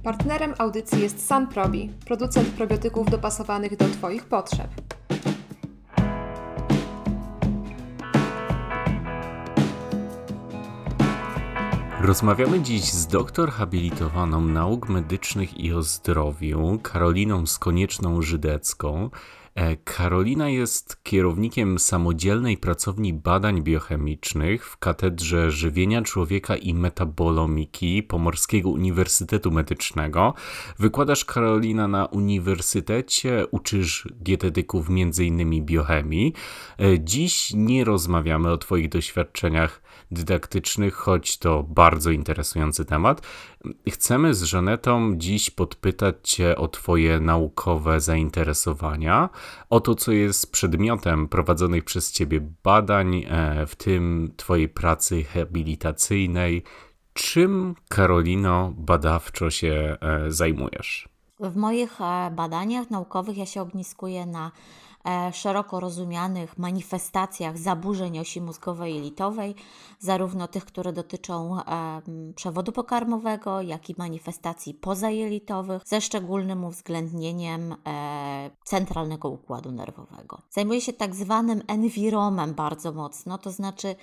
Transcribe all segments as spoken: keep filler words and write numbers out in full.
Partnerem audycji jest Sunprobi, producent probiotyków dopasowanych do Twoich potrzeb. Rozmawiamy dziś z doktor habilitowaną nauk medycznych i o zdrowiu, Karoliną Skonieczną-Żydecką. Karolina jest kierownikiem samodzielnej pracowni badań biochemicznych w Katedrze Żywienia Człowieka i Metabolomiki Pomorskiego Uniwersytetu Medycznego. Wykładasz, Karolina, na uniwersytecie, uczysz dietetyków między innymi biochemii. Dziś nie rozmawiamy o Twoich doświadczeniach dydaktycznych, choć to bardzo interesujący temat. Chcemy z Żanetą dziś podpytać Cię o Twoje naukowe zainteresowania, o to, co jest przedmiotem prowadzonych przez Ciebie badań, w tym Twojej pracy habilitacyjnej. Czym, Karolino, badawczo się zajmujesz? W moich badaniach naukowych ja się ogniskuję na szeroko rozumianych manifestacjach zaburzeń osi mózgowo-jelitowej, zarówno tych, które dotyczą przewodu pokarmowego, jak i manifestacji pozajelitowych, ze szczególnym uwzględnieniem centralnego układu nerwowego. Zajmuję się tak zwanym enviromem bardzo mocno, to znaczy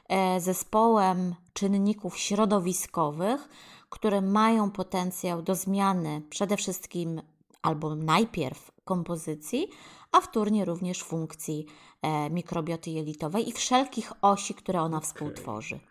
zespołem czynników środowiskowych, które mają potencjał do zmiany przede wszystkim albo najpierw kompozycji, a wtórnie również funkcji e, mikrobioty jelitowej i wszelkich osi, które ona okay. współtworzy.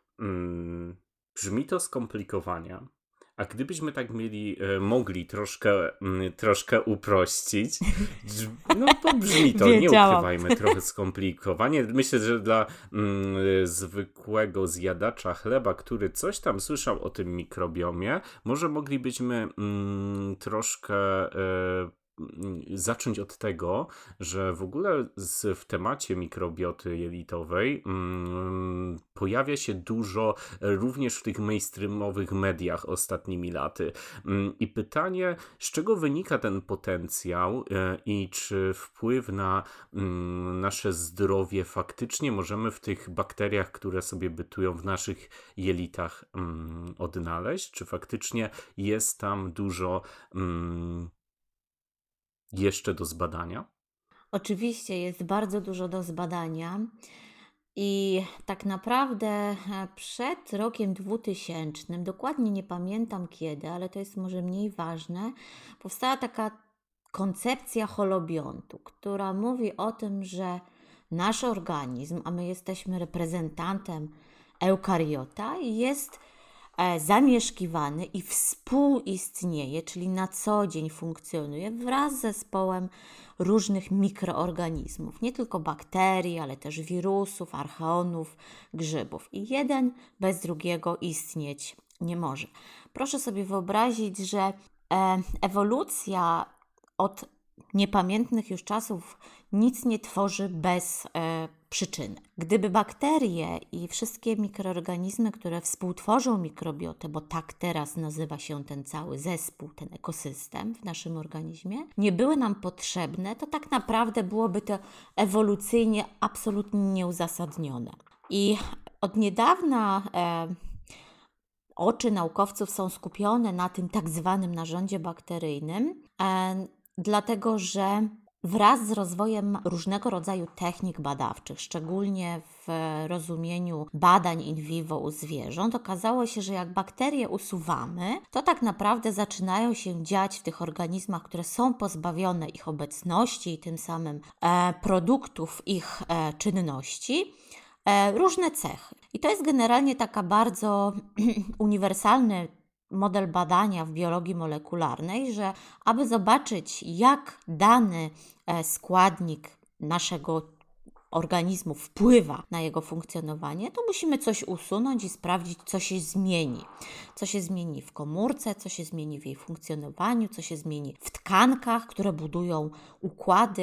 Mm, brzmi to skomplikowanie, a gdybyśmy tak mieli, e, mogli troszkę, m, troszkę uprościć, no to brzmi to, nie ukrywajmy, trochę skomplikowanie. Myślę, że dla m, zwykłego zjadacza chleba, który coś tam słyszał o tym mikrobiomie, może moglibyśmy m, troszkę e, zacząć od tego, że w ogóle z, w temacie mikrobioty jelitowej mm, pojawia się dużo również w tych mainstreamowych mediach ostatnimi laty. Mm, I pytanie, z czego wynika ten potencjał e, i czy wpływ na mm, nasze zdrowie faktycznie możemy w tych bakteriach, które sobie bytują w naszych jelitach mm, odnaleźć? Czy faktycznie jest tam dużo mm, jeszcze do zbadania? Oczywiście jest bardzo dużo do zbadania i tak naprawdę przed rokiem dwutysięcznym, dokładnie nie pamiętam kiedy, ale to jest może mniej ważne, powstała taka koncepcja holobiontu, która mówi o tym, że nasz organizm, a my jesteśmy reprezentantem eukariota, jest zamieszkiwany i współistnieje, czyli na co dzień funkcjonuje wraz z zespołem różnych mikroorganizmów, nie tylko bakterii, ale też wirusów, archeonów, grzybów. I jeden bez drugiego istnieć nie może. Proszę sobie wyobrazić, że ewolucja od niepamiętnych już czasów nic nie tworzy bez e, przyczyny. Gdyby bakterie i wszystkie mikroorganizmy, które współtworzą mikrobiotę, bo tak teraz nazywa się ten cały zespół, ten ekosystem w naszym organizmie, nie były nam potrzebne, to tak naprawdę byłoby to ewolucyjnie absolutnie nieuzasadnione. I od niedawna e, oczy naukowców są skupione na tym tak zwanym narządzie bakteryjnym, e, dlatego że wraz z rozwojem różnego rodzaju technik badawczych, szczególnie w rozumieniu badań in vivo u zwierząt, okazało się, że jak bakterie usuwamy, to tak naprawdę zaczynają się dziać w tych organizmach, które są pozbawione ich obecności i tym samym e, produktów ich e, czynności, e, różne cechy. I to jest generalnie taka bardzo uniwersalny model badania w biologii molekularnej, że aby zobaczyć, jak dany składnik naszego organizmu wpływa na jego funkcjonowanie, to musimy coś usunąć i sprawdzić, co się zmieni. Co się zmieni w komórce, co się zmieni w jej funkcjonowaniu, co się zmieni w tkankach, które budują układy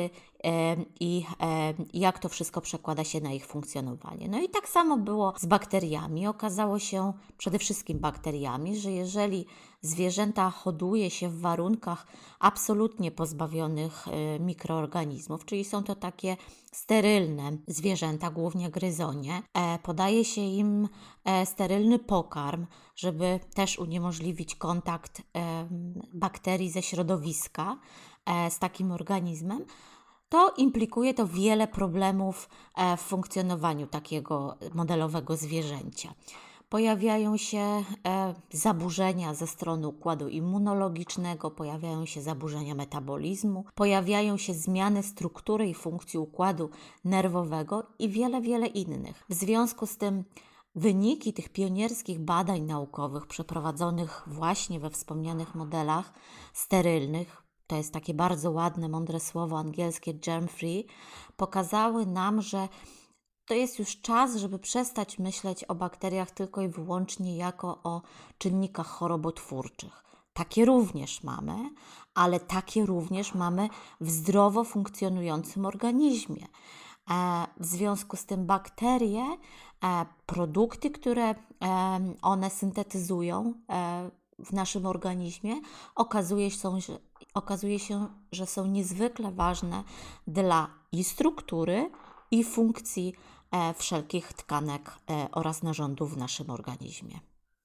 i jak to wszystko przekłada się na ich funkcjonowanie. No i tak samo było z bakteriami. Okazało się, przede wszystkim bakteriami, że jeżeli zwierzęta hoduje się w warunkach absolutnie pozbawionych mikroorganizmów, czyli są to takie sterylne zwierzęta, głównie gryzonie, podaje się im sterylny pokarm, żeby też uniemożliwić kontakt bakterii ze środowiska z takim organizmem, to implikuje to wiele problemów w funkcjonowaniu takiego modelowego zwierzęcia. Pojawiają się zaburzenia ze strony układu immunologicznego, pojawiają się zaburzenia metabolizmu, pojawiają się zmiany struktury i funkcji układu nerwowego i wiele, wiele innych. W związku z tym wyniki tych pionierskich badań naukowych przeprowadzonych właśnie we wspomnianych modelach sterylnych, to jest takie bardzo ładne, mądre słowo angielskie germ-free, pokazały nam, że to jest już czas, żeby przestać myśleć o bakteriach tylko i wyłącznie jako o czynnikach chorobotwórczych. Takie również mamy, ale takie również mamy w zdrowo funkcjonującym organizmie. W związku z tym bakterie, produkty, które one syntetyzują w naszym organizmie, okazuje się, że, okazuje się, że są niezwykle ważne dla i struktury, i funkcji wszelkich tkanek oraz narządów w naszym organizmie.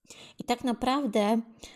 I tak naprawdę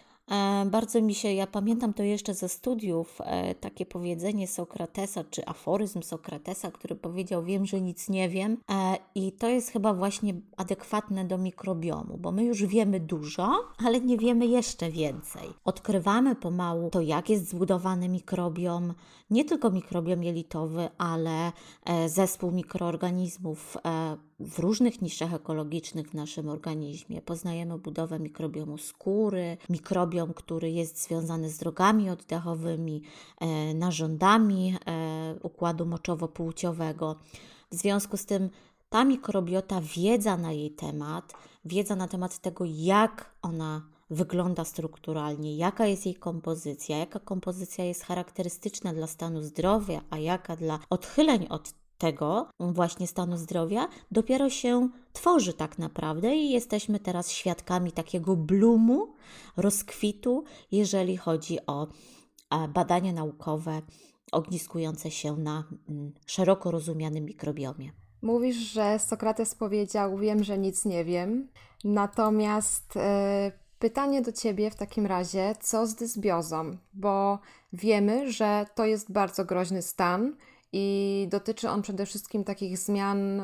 bardzo mi się, ja pamiętam to jeszcze ze studiów, takie powiedzenie Sokratesa, czy aforyzm Sokratesa, który powiedział: wiem, że nic nie wiem, i to jest chyba właśnie adekwatne do mikrobiomu, bo my już wiemy dużo, ale nie wiemy jeszcze więcej. Odkrywamy pomału to, jak jest zbudowany mikrobiom, nie tylko mikrobiom jelitowy, ale zespół mikroorganizmów w różnych niszach ekologicznych w naszym organizmie. Poznajemy budowę mikrobiomu skóry, mikrobiom, który jest związany z drogami oddechowymi, e, narządami e, układu moczowo-płciowego. W związku z tym ta mikrobiota, wiedza na jej temat, wiedza na temat tego, jak ona wygląda strukturalnie, jaka jest jej kompozycja, jaka kompozycja jest charakterystyczna dla stanu zdrowia, a jaka dla odchyleń od tego właśnie stanu zdrowia, dopiero się tworzy tak naprawdę i jesteśmy teraz świadkami takiego blumu, rozkwitu, jeżeli chodzi o badania naukowe ogniskujące się na szeroko rozumianym mikrobiomie. Mówisz, że Sokrates powiedział: wiem, że nic nie wiem, natomiast e, pytanie do Ciebie w takim razie, co z dysbiozą? Bo wiemy, że to jest bardzo groźny stan i dotyczy on przede wszystkim takich zmian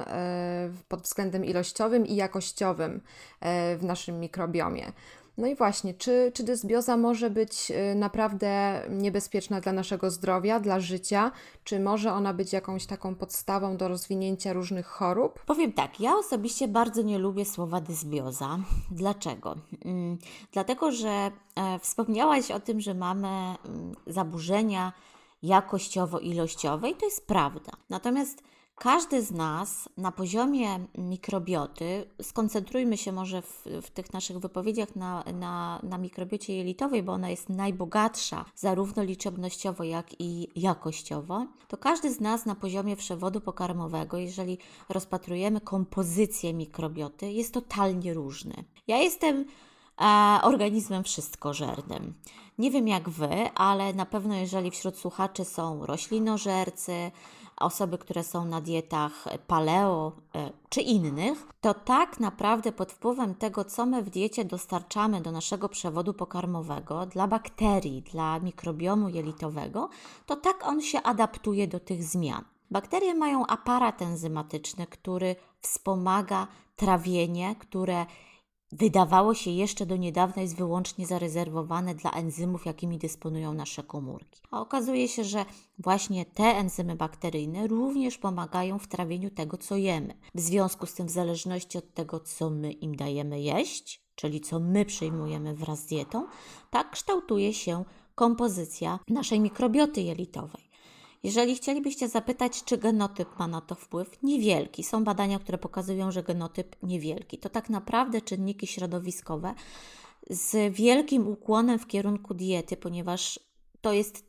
pod względem ilościowym i jakościowym w naszym mikrobiomie. No i właśnie, czy, czy dysbioza może być naprawdę niebezpieczna dla naszego zdrowia, dla życia? Czy może ona być jakąś taką podstawą do rozwinięcia różnych chorób? Powiem tak, ja osobiście bardzo nie lubię słowa dysbioza. Dlaczego? Hmm, dlatego, że e, wspomniałaś o tym, że mamy mm, zaburzenia jakościowo-ilościowe i to jest prawda. Natomiast każdy z nas na poziomie mikrobioty, skoncentrujmy się może w, w tych naszych wypowiedziach na, na, na mikrobiocie jelitowej, bo ona jest najbogatsza zarówno liczebnościowo, jak i jakościowo, to każdy z nas na poziomie przewodu pokarmowego, jeżeli rozpatrujemy kompozycję mikrobioty, jest totalnie różny. Ja jestem e, organizmem wszystkożernym. Nie wiem jak Wy, ale na pewno jeżeli wśród słuchaczy są roślinożercy, osoby, które są na dietach paleo czy innych, to tak naprawdę pod wpływem tego, co my w diecie dostarczamy do naszego przewodu pokarmowego, dla bakterii, dla mikrobiomu jelitowego, to tak on się adaptuje do tych zmian. Bakterie mają aparat enzymatyczny, który wspomaga trawienie, które wydawało się jeszcze do niedawna jest wyłącznie zarezerwowane dla enzymów, jakimi dysponują nasze komórki. A okazuje się, że właśnie te enzymy bakteryjne również pomagają w trawieniu tego, co jemy. W związku z tym, w zależności od tego, co my im dajemy jeść, czyli co my przyjmujemy wraz z dietą, tak kształtuje się kompozycja naszej mikrobioty jelitowej. Jeżeli chcielibyście zapytać, czy genotyp ma na to wpływ, niewielki. Są badania, które pokazują, że genotyp niewielki. To tak naprawdę czynniki środowiskowe z wielkim ukłonem w kierunku diety, ponieważ to jest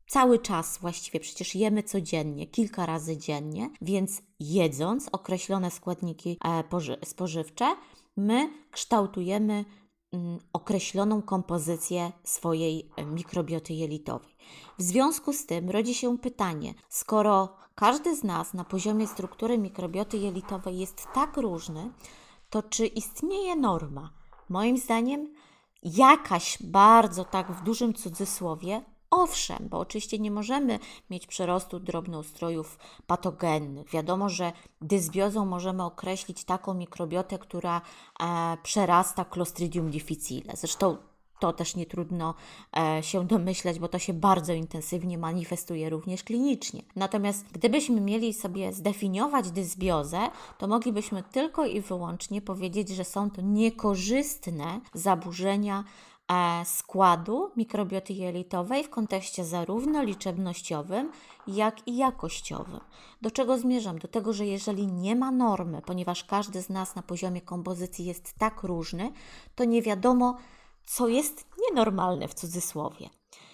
cały czas właściwie, przecież jemy codziennie, kilka razy dziennie, więc jedząc określone składniki e, spożywcze, my kształtujemy mm, określoną kompozycję swojej mikrobioty jelitowej. W związku z tym rodzi się pytanie, skoro każdy z nas na poziomie struktury mikrobioty jelitowej jest tak różny, to czy istnieje norma? Moim zdaniem jakaś bardzo tak w dużym cudzysłowie, owszem, bo oczywiście nie możemy mieć przyrostu drobnoustrojów patogennych. Wiadomo, że dysbiozą możemy określić taką mikrobiotę, która e, przerasta Clostridium difficile. Zresztą to też nie trudno e, się domyśleć, bo to się bardzo intensywnie manifestuje również klinicznie. Natomiast gdybyśmy mieli sobie zdefiniować dysbiozę, to moglibyśmy tylko i wyłącznie powiedzieć, że są to niekorzystne zaburzenia e, składu mikrobioty jelitowej w kontekście zarówno liczebnościowym, jak i jakościowym. Do czego zmierzam? Do tego, że jeżeli nie ma normy, ponieważ każdy z nas na poziomie kompozycji jest tak różny, to nie wiadomo, co jest nienormalne w cudzysłowie.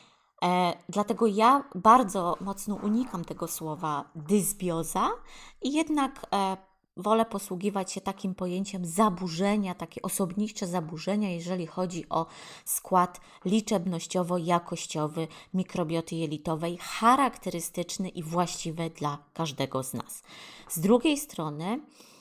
E, dlatego ja bardzo mocno unikam tego słowa dysbioza i jednak e, wolę posługiwać się takim pojęciem zaburzenia, takie osobnicze zaburzenia, jeżeli chodzi o skład liczebnościowo-jakościowy mikrobioty jelitowej, charakterystyczny i właściwy dla każdego z nas. Z drugiej strony,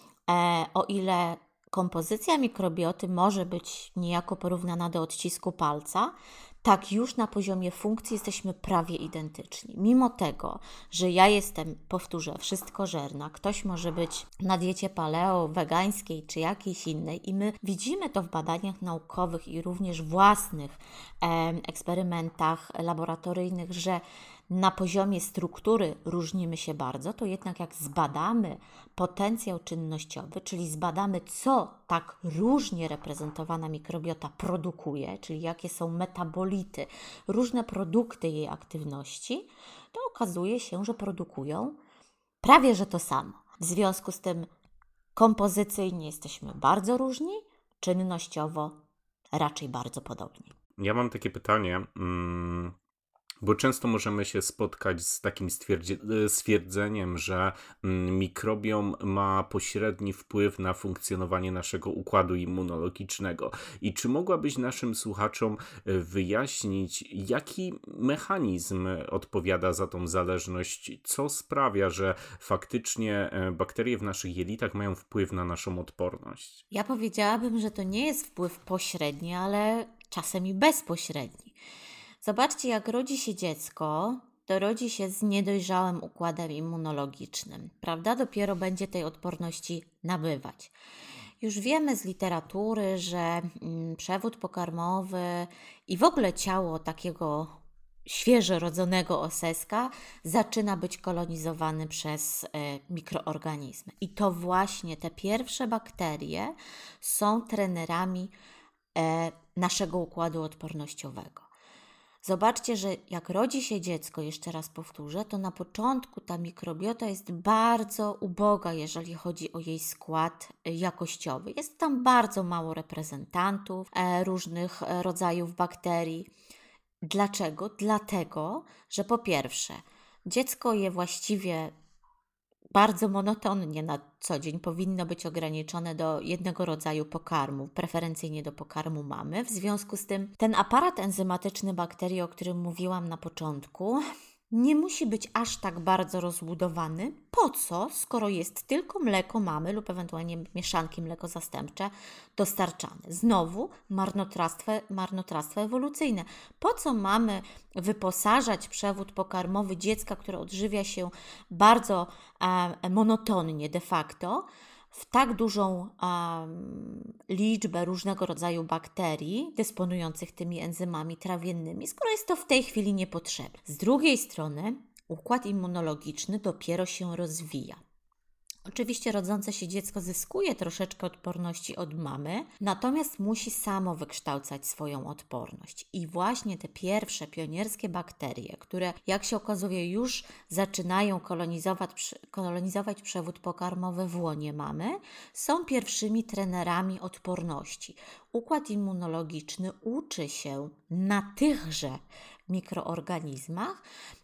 e, o ile kompozycja mikrobioty może być niejako porównana do odcisku palca, tak już na poziomie funkcji jesteśmy prawie identyczni. Mimo tego, że ja jestem, powtórzę, wszystkożerna, ktoś może być na diecie paleo, wegańskiej czy jakiejś innej i my widzimy to w badaniach naukowych i również własnych e, eksperymentach laboratoryjnych, że na poziomie struktury różnimy się bardzo, to jednak jak zbadamy potencjał czynnościowy, czyli zbadamy, co tak różnie reprezentowana mikrobiota produkuje, czyli jakie są metabolity, różne produkty jej aktywności, to okazuje się, że produkują prawie że to samo. W związku z tym kompozycyjnie jesteśmy bardzo różni, czynnościowo raczej bardzo podobni. Ja mam takie pytanie, mm, bo często możemy się spotkać z takim stwierdzeniem, że mikrobiom ma pośredni wpływ na funkcjonowanie naszego układu immunologicznego. I czy mogłabyś naszym słuchaczom wyjaśnić, jaki mechanizm odpowiada za tą zależność, co sprawia, że faktycznie bakterie w naszych jelitach mają wpływ na naszą odporność? Ja powiedziałabym, że to nie jest wpływ pośredni, ale czasem i bezpośredni. Zobaczcie, jak rodzi się dziecko, to rodzi się z niedojrzałym układem immunologicznym, prawda? Dopiero będzie tej odporności nabywać. Już wiemy z literatury, że mm, przewód pokarmowy i w ogóle ciało takiego świeżo rodzonego oseska zaczyna być kolonizowany przez e, mikroorganizmy. I to właśnie te pierwsze bakterie są trenerami e, naszego układu odpornościowego. Zobaczcie, że jak rodzi się dziecko, jeszcze raz powtórzę, to na początku ta mikrobiota jest bardzo uboga, jeżeli chodzi o jej skład jakościowy. Jest tam bardzo mało reprezentantów e, różnych rodzajów bakterii. Dlaczego? Dlatego, że po pierwsze, dziecko je właściwie bardzo monotonnie na co dzień, powinno być ograniczone do jednego rodzaju pokarmu, preferencyjnie do pokarmu mamy. W związku z tym ten aparat enzymatyczny bakterii, o którym mówiłam na początku, nie musi być aż tak bardzo rozbudowany. Po co, skoro jest tylko mleko mamy lub ewentualnie mieszanki mleko-zastępcze dostarczane? Znowu marnotrawstwo, marnotrawstwo ewolucyjne. Po co mamy wyposażać przewód pokarmowy dziecka, które odżywia się bardzo e, monotonnie de facto, w tak dużą um, liczbę różnego rodzaju bakterii dysponujących tymi enzymami trawiennymi, skoro jest to w tej chwili niepotrzebne. Z drugiej strony układ immunologiczny dopiero się rozwija. Oczywiście rodzące się dziecko zyskuje troszeczkę odporności od mamy, natomiast musi samo wykształcać swoją odporność. I właśnie te pierwsze pionierskie bakterie, które jak się okazuje już zaczynają kolonizować, kolonizować przewód pokarmowy w łonie mamy, są pierwszymi trenerami odporności. Układ immunologiczny uczy się na tychże mikroorganizmach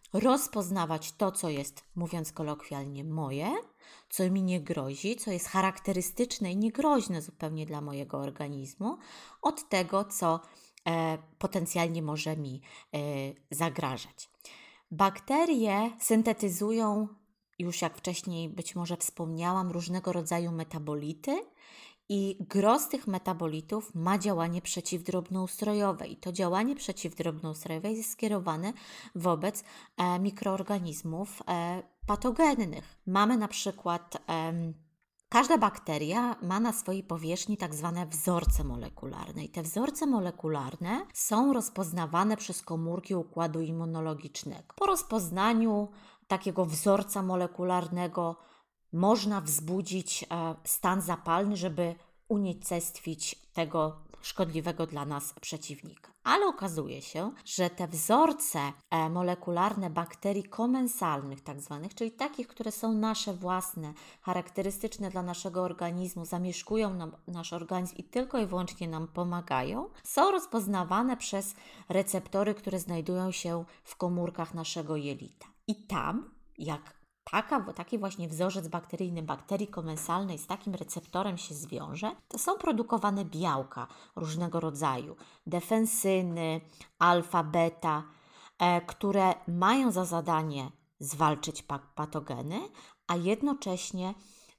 rozpoznawać to, co jest, mówiąc kolokwialnie, moje, co mi nie grozi, co jest charakterystyczne i niegroźne zupełnie dla mojego organizmu, od tego, co e, potencjalnie może mi e, zagrażać. Bakterie syntetyzują, już jak wcześniej być może wspomniałam, różnego rodzaju metabolity i gros tych metabolitów ma działanie przeciwdrobnoustrojowe i to działanie przeciwdrobnoustrojowe jest skierowane wobec e, mikroorganizmów e, patogennych. Mamy na przykład, e, każda bakteria ma na swojej powierzchni tak zwane wzorce molekularne i te wzorce molekularne są rozpoznawane przez komórki układu immunologicznego. Po rozpoznaniu takiego wzorca molekularnego można wzbudzić stan zapalny, żeby unicestwić tego szkodliwego dla nas przeciwnika. Ale okazuje się, że te wzorce molekularne bakterii komensalnych, tak zwanych, czyli takich, które są nasze własne, charakterystyczne dla naszego organizmu, zamieszkują nam nasz organizm i tylko i wyłącznie nam pomagają, są rozpoznawane przez receptory, które znajdują się w komórkach naszego jelita. I tam, jak Taka, taki właśnie wzorzec bakteryjny bakterii komensalnej z takim receptorem się zwiąże, to są produkowane białka różnego rodzaju, defensyny, alfa, beta, e, które mają za zadanie zwalczyć patogeny, a jednocześnie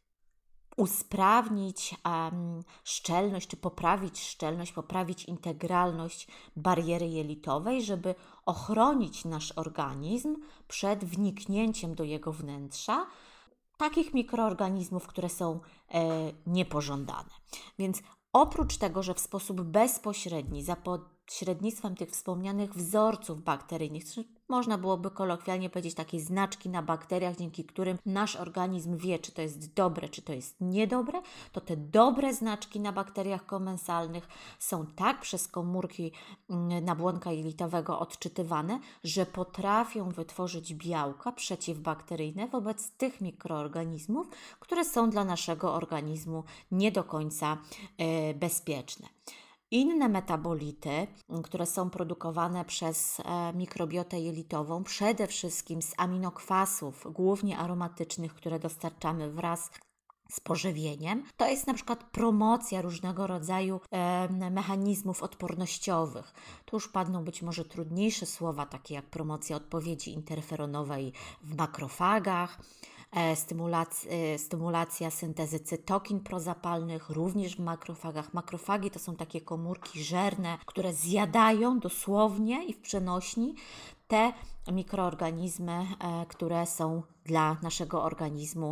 usprawnić um, szczelność, czy poprawić szczelność, poprawić integralność bariery jelitowej, żeby ochronić nasz organizm przed wniknięciem do jego wnętrza takich mikroorganizmów, które są e, niepożądane. Więc oprócz tego, że w sposób bezpośredni, za pośrednictwem tych wspomnianych wzorców bakteryjnych, można byłoby kolokwialnie powiedzieć takie znaczki na bakteriach, dzięki którym nasz organizm wie, czy to jest dobre, czy to jest niedobre, to te dobre znaczki na bakteriach komensalnych są tak przez komórki nabłonka jelitowego odczytywane, że potrafią wytworzyć białka przeciwbakteryjne wobec tych mikroorganizmów, które są dla naszego organizmu nie do końca e, bezpieczne. Inne metabolity, które są produkowane przez e, mikrobiotę jelitową, przede wszystkim z aminokwasów, głównie aromatycznych, które dostarczamy wraz z pożywieniem, to jest na przykład promocja różnego rodzaju e, mechanizmów odpornościowych. Tu już padną być może trudniejsze słowa, takie jak promocja odpowiedzi interferonowej w makrofagach, Stymulacja, stymulacja syntezy cytokin prozapalnych, również w makrofagach. Makrofagi to są takie komórki żerne, które zjadają dosłownie i w przenośni te mikroorganizmy, które są dla naszego organizmu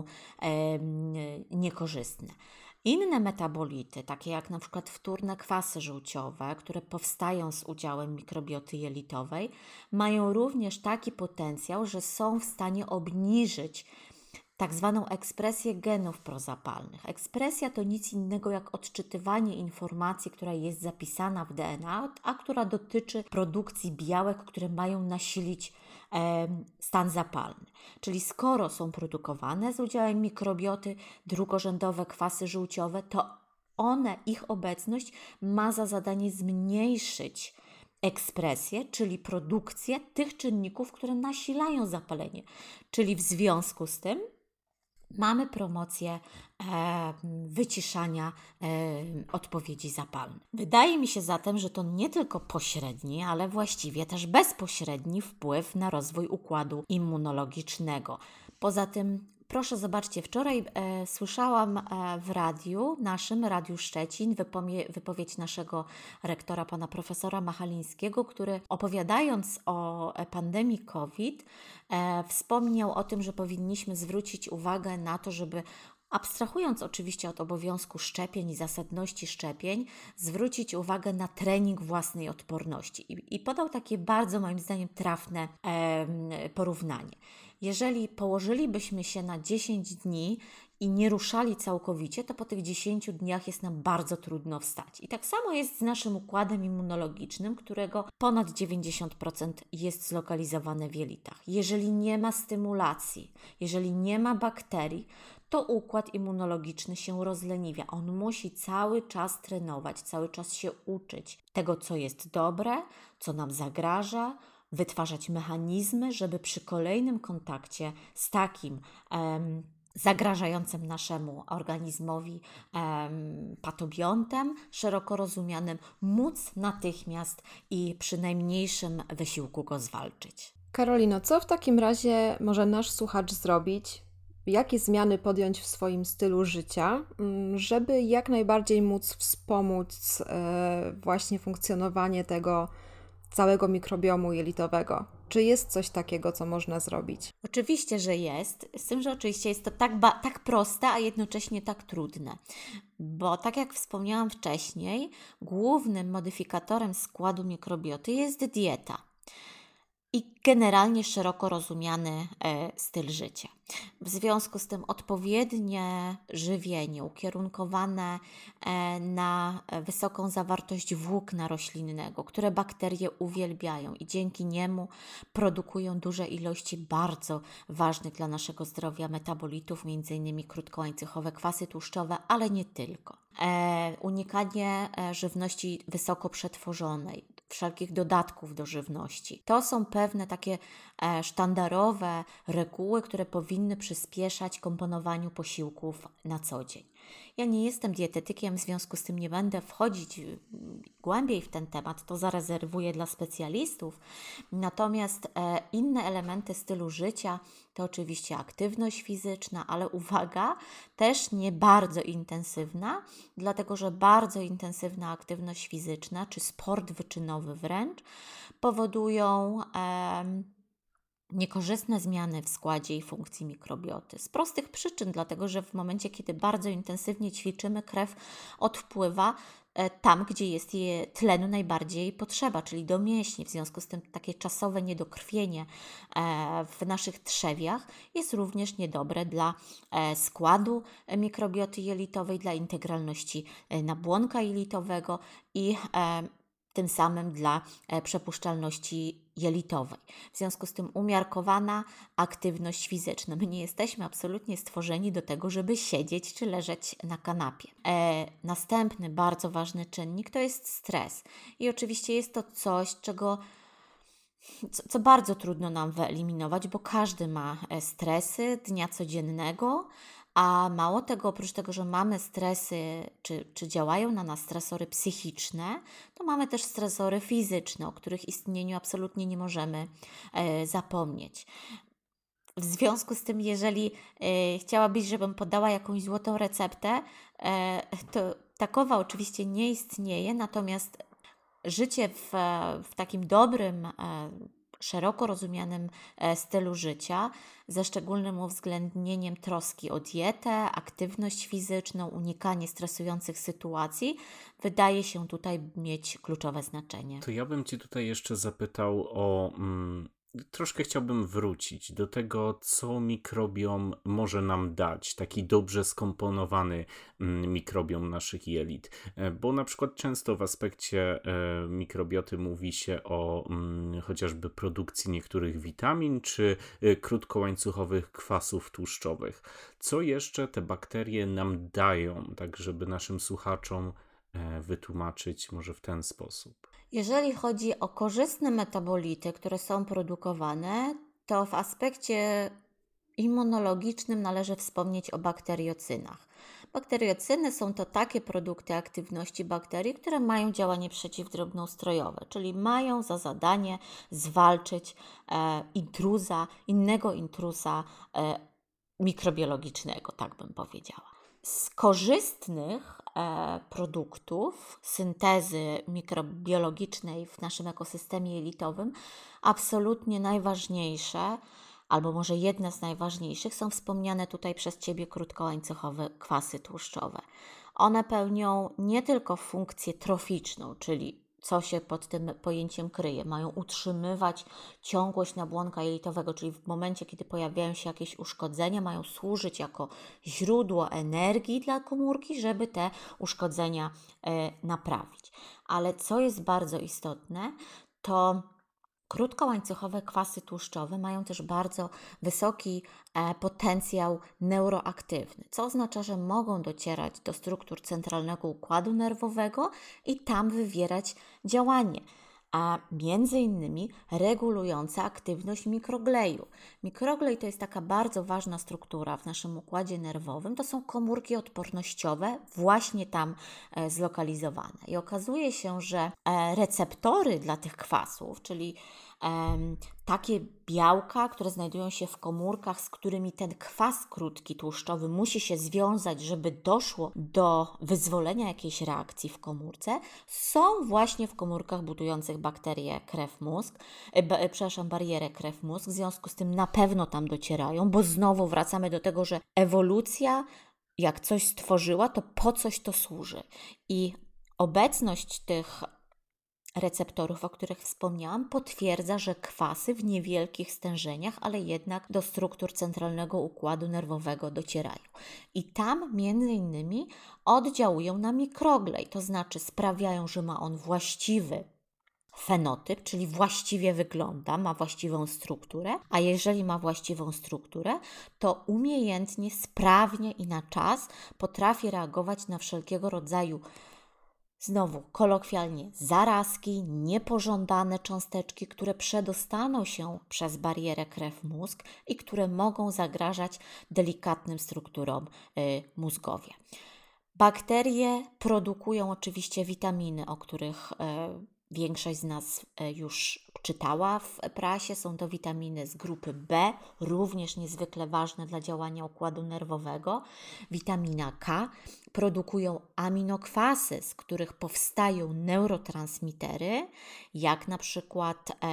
niekorzystne. Inne metabolity, takie jak na przykład wtórne kwasy żółciowe, które powstają z udziałem mikrobioty jelitowej, mają również taki potencjał, że są w stanie obniżyć tak zwaną ekspresję genów prozapalnych. Ekspresja to nic innego jak odczytywanie informacji, która jest zapisana w D N A, a która dotyczy produkcji białek, które mają nasilić e, stan zapalny. Czyli skoro są produkowane z udziałem mikrobioty drugorzędowe kwasy żółciowe, to one, ich obecność ma za zadanie zmniejszyć ekspresję, czyli produkcję tych czynników, które nasilają zapalenie. Czyli w związku z tym mamy promocję e, wyciszania e, odpowiedzi zapalnych. Wydaje mi się zatem, że to nie tylko pośredni, ale właściwie też bezpośredni wpływ na rozwój układu immunologicznego. Poza tym, proszę zobaczcie, wczoraj e, słyszałam e, w radiu, naszym Radiu Szczecin, wypomie, wypowiedź naszego rektora, pana profesora Machalińskiego, który opowiadając o pandemii COVID, e, wspomniał o tym, że powinniśmy zwrócić uwagę na to, żeby abstrahując oczywiście od obowiązku szczepień i zasadności szczepień, zwrócić uwagę na trening własnej odporności. I, i podał takie bardzo moim zdaniem trafne e, porównanie. Jeżeli położylibyśmy się na dziesięć dni i nie ruszali całkowicie, to po tych dziesięciu dniach jest nam bardzo trudno wstać. I tak samo jest z naszym układem immunologicznym, którego ponad dziewięćdziesiąt procent jest zlokalizowane w jelitach. Jeżeli nie ma stymulacji, jeżeli nie ma bakterii, to układ immunologiczny się rozleniwia. On musi cały czas trenować, cały czas się uczyć tego, co jest dobre, co nam zagraża, wytwarzać mechanizmy, żeby przy kolejnym kontakcie z takim em, zagrażającym naszemu organizmowi em, patobiontem, szeroko rozumianym, móc natychmiast i przy najmniejszym wysiłku go zwalczyć. Karolino, co w takim razie może nasz słuchacz zrobić? Jakie zmiany podjąć w swoim stylu życia, żeby jak najbardziej móc wspomóc e, właśnie funkcjonowanie tego całego mikrobiomu jelitowego? Czy jest coś takiego, co można zrobić? Oczywiście, że jest, z tym, że oczywiście jest to tak, ba- tak proste, a jednocześnie tak trudne, bo tak jak wspomniałam wcześniej, głównym modyfikatorem składu mikrobioty jest dieta i generalnie szeroko rozumiany e, styl życia. W związku z tym odpowiednie żywienie ukierunkowane e, na wysoką zawartość włókna roślinnego, które bakterie uwielbiają i dzięki niemu produkują duże ilości bardzo ważnych dla naszego zdrowia metabolitów, między innymi krótkołańcuchowe kwasy tłuszczowe, ale nie tylko. E, unikanie e, żywności wysoko przetworzonej, wszelkich dodatków do żywności. To są pewne takie e, sztandarowe reguły, które powinny przyspieszać komponowaniu posiłków na co dzień. Ja nie jestem dietetykiem, w związku z tym nie będę wchodzić głębiej w ten temat, to zarezerwuję dla specjalistów. Natomiast e, inne elementy stylu życia to oczywiście aktywność fizyczna, ale uwaga, też nie bardzo intensywna, dlatego że bardzo intensywna aktywność fizyczna, czy sport wyczynowy wręcz, powodują e, niekorzystne zmiany w składzie i funkcji mikrobioty. Z prostych przyczyn, dlatego że w momencie, kiedy bardzo intensywnie ćwiczymy, krew odpływa tam, gdzie jest jej tlenu najbardziej potrzeba, czyli do mięśni. W związku z tym takie czasowe niedokrwienie w naszych trzewiach jest również niedobre dla składu mikrobioty jelitowej, dla integralności nabłonka jelitowego i tym samym dla przepuszczalności jelitowej. W związku z tym umiarkowana aktywność fizyczna. My nie jesteśmy absolutnie stworzeni do tego, żeby siedzieć czy leżeć na kanapie. E, następny bardzo ważny czynnik to jest stres. I oczywiście jest to coś, czego co, co bardzo trudno nam wyeliminować, bo każdy ma stresy dnia codziennego, a mało tego, oprócz tego, że mamy stresy, czy, czy działają na nas stresory psychiczne, to mamy też stresory fizyczne, o których istnieniu absolutnie nie możemy e, zapomnieć. W związku z tym, jeżeli e, chciałabyś, żebym podała jakąś złotą receptę, e, to takowa oczywiście nie istnieje, natomiast życie w, w takim dobrym, e, szeroko rozumianym stylu życia, ze szczególnym uwzględnieniem troski o dietę, aktywność fizyczną, unikanie stresujących sytuacji, wydaje się tutaj mieć kluczowe znaczenie. To ja bym Cię tutaj jeszcze zapytał o... Mm, troszkę chciałbym wrócić do tego, co mikrobiom może nam dać, taki dobrze skomponowany mm, mikrobiom naszych jelit. Bo na przykład często w aspekcie e, mikrobioty mówi się o mm, chociażby produkcji niektórych witamin, czy e, krótkołańcuchowych kwasów tłuszczowych. Co jeszcze te bakterie nam dają, tak żeby naszym słuchaczom e, wytłumaczyć może w ten sposób? Jeżeli chodzi o korzystne metabolity, które są produkowane, to w aspekcie immunologicznym należy wspomnieć o bakteriocynach. Bakteriocyny są to takie produkty aktywności bakterii, które mają działanie przeciwdrobnoustrojowe, czyli mają za zadanie zwalczyć e, intruza, innego intruza e, mikrobiologicznego, tak bym powiedziała. Z korzystnych e, produktów syntezy mikrobiologicznej w naszym ekosystemie jelitowym absolutnie najważniejsze, albo może jedne z najważniejszych, są wspomniane tutaj przez Ciebie krótkołańcuchowe kwasy tłuszczowe. One pełnią nie tylko funkcję troficzną, czyli co się pod tym pojęciem kryje. Mają utrzymywać ciągłość nabłonka jelitowego, czyli w momencie, kiedy pojawiają się jakieś uszkodzenia, mają służyć jako źródło energii dla komórki, żeby te uszkodzenia e, naprawić. Ale co jest bardzo istotne, to krótkołańcuchowe kwasy tłuszczowe mają też bardzo wysoki e, potencjał neuroaktywny, co oznacza, że mogą docierać do struktur centralnego układu nerwowego i tam wywierać działanie. a między innymi regulujące aktywność mikrogleju. Mikroglej to jest taka bardzo ważna struktura w naszym układzie nerwowym. To są komórki odpornościowe właśnie tam e, zlokalizowane. I okazuje się, że e, receptory dla tych kwasów, czyli Um, takie białka, które znajdują się w komórkach, z którymi ten kwas krótki tłuszczowy musi się związać, żeby doszło do wyzwolenia jakiejś reakcji w komórce, są właśnie w komórkach budujących bakterie krew-mózg, e, ba, przepraszam, barierę krew-mózg, w związku z tym na pewno tam docierają, bo znowu wracamy do tego, że ewolucja, jak coś stworzyła, to po coś to służy. I obecność tych receptorów, o których wspomniałam, potwierdza, że kwasy w niewielkich stężeniach, ale jednak do struktur centralnego układu nerwowego docierają. I tam między innymi oddziałują na mikroglej, to znaczy sprawiają, że ma on właściwy fenotyp, czyli właściwie wygląda, ma właściwą strukturę, a jeżeli ma właściwą strukturę, to umiejętnie, sprawnie i na czas potrafi reagować na wszelkiego rodzaju, znowu kolokwialnie, zarazki, niepożądane cząsteczki, które przedostaną się przez barierę krew-mózg i które mogą zagrażać delikatnym strukturom y, mózgowi. Bakterie produkują oczywiście witaminy, o których y, większość z nas y, już czytała w prasie. Są to witaminy z grupy B, również niezwykle ważne dla działania układu nerwowego. Witamina K. Produkują aminokwasy, z których powstają neurotransmitery, jak na przykład e,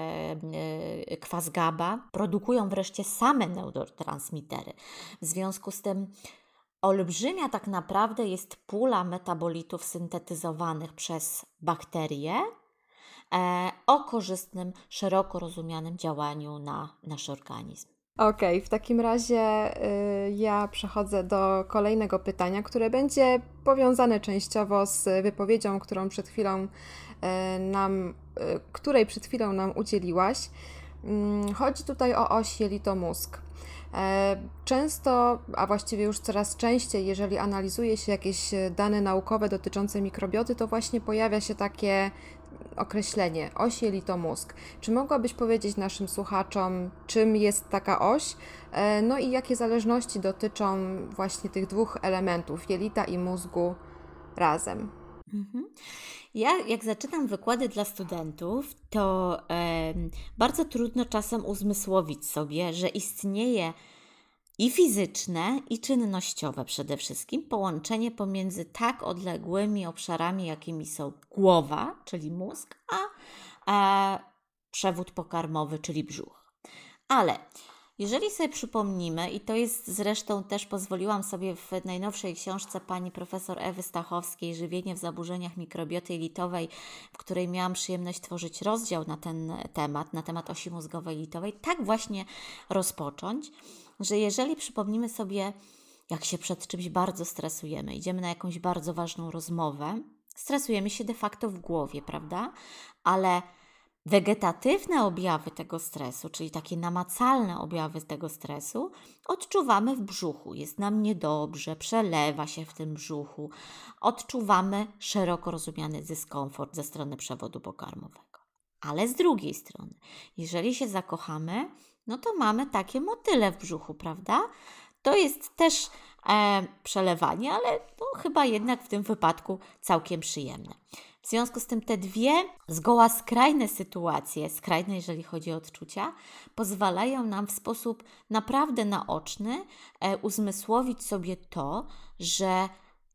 e, kwas GABA. Produkują wreszcie same neurotransmitery. W związku z tym olbrzymia tak naprawdę jest pula metabolitów syntetyzowanych przez bakterie e, o korzystnym, szeroko rozumianym działaniu na nasz organizm. Okej, okay, w takim razie y, ja przechodzę do kolejnego pytania, które będzie powiązane częściowo z wypowiedzią, którą przed chwilą y, nam, y, której przed chwilą nam udzieliłaś. Y, chodzi tutaj o oś jelito-mózg. Często, a właściwie już coraz częściej, jeżeli analizuje się jakieś dane naukowe dotyczące mikrobioty, to właśnie pojawia się takie określenie oś jelito-mózg. Czy mogłabyś powiedzieć naszym słuchaczom, czym jest taka oś, no i jakie zależności dotyczą właśnie tych dwóch elementów, jelita i mózgu razem? Mhm. Ja jak zaczynam wykłady dla studentów, to e, bardzo trudno czasem uzmysłowić sobie, że istnieje i fizyczne, i czynnościowe przede wszystkim połączenie pomiędzy tak odległymi obszarami, jakimi są głowa, czyli mózg, a e, przewód pokarmowy, czyli brzuch. Ale jeżeli sobie przypomnimy, i to jest zresztą też pozwoliłam sobie w najnowszej książce pani profesor Ewy Stachowskiej Żywienie w zaburzeniach mikrobioty jelitowej, w której miałam przyjemność tworzyć rozdział na ten temat, na temat osi mózgowej jelitowej, tak właśnie rozpocząć, że jeżeli przypomnimy sobie, jak się przed czymś bardzo stresujemy, idziemy na jakąś bardzo ważną rozmowę, stresujemy się de facto w głowie, prawda? Ale wegetatywne objawy tego stresu, czyli takie namacalne objawy tego stresu, odczuwamy w brzuchu. Jest nam niedobrze, przelewa się w tym brzuchu. Odczuwamy szeroko rozumiany dyskomfort ze strony przewodu pokarmowego. Ale z drugiej strony, jeżeli się zakochamy, no to mamy takie motyle w brzuchu, prawda? To jest też e, przelewanie, ale no, chyba jednak w tym wypadku całkiem przyjemne. W związku z tym te dwie zgoła skrajne sytuacje, skrajne jeżeli chodzi o odczucia, pozwalają nam w sposób naprawdę naoczny e, uzmysłowić sobie to, że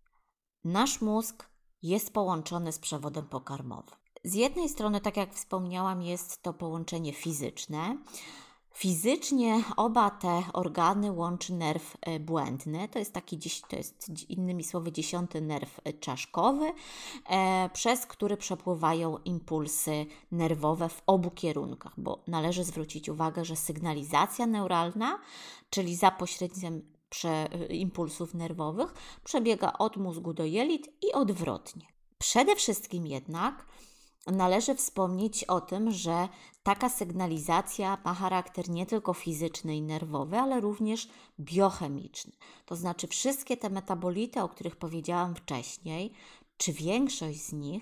nasz mózg jest połączony z przewodem pokarmowym. Z jednej strony, tak jak wspomniałam, jest to połączenie fizyczne. Fizycznie oba te organy łączy nerw błędny, to jest taki, to jest innymi słowy dziesiąty nerw czaszkowy, e, przez który przepływają impulsy nerwowe w obu kierunkach, bo należy zwrócić uwagę, że sygnalizacja neuralna, czyli za pośrednictwem prze, impulsów nerwowych, przebiega od mózgu do jelit i odwrotnie. Przede wszystkim jednak należy wspomnieć o tym, że taka sygnalizacja ma charakter nie tylko fizyczny i nerwowy, ale również biochemiczny. To znaczy wszystkie te metabolity, o których powiedziałam wcześniej, czy większość z nich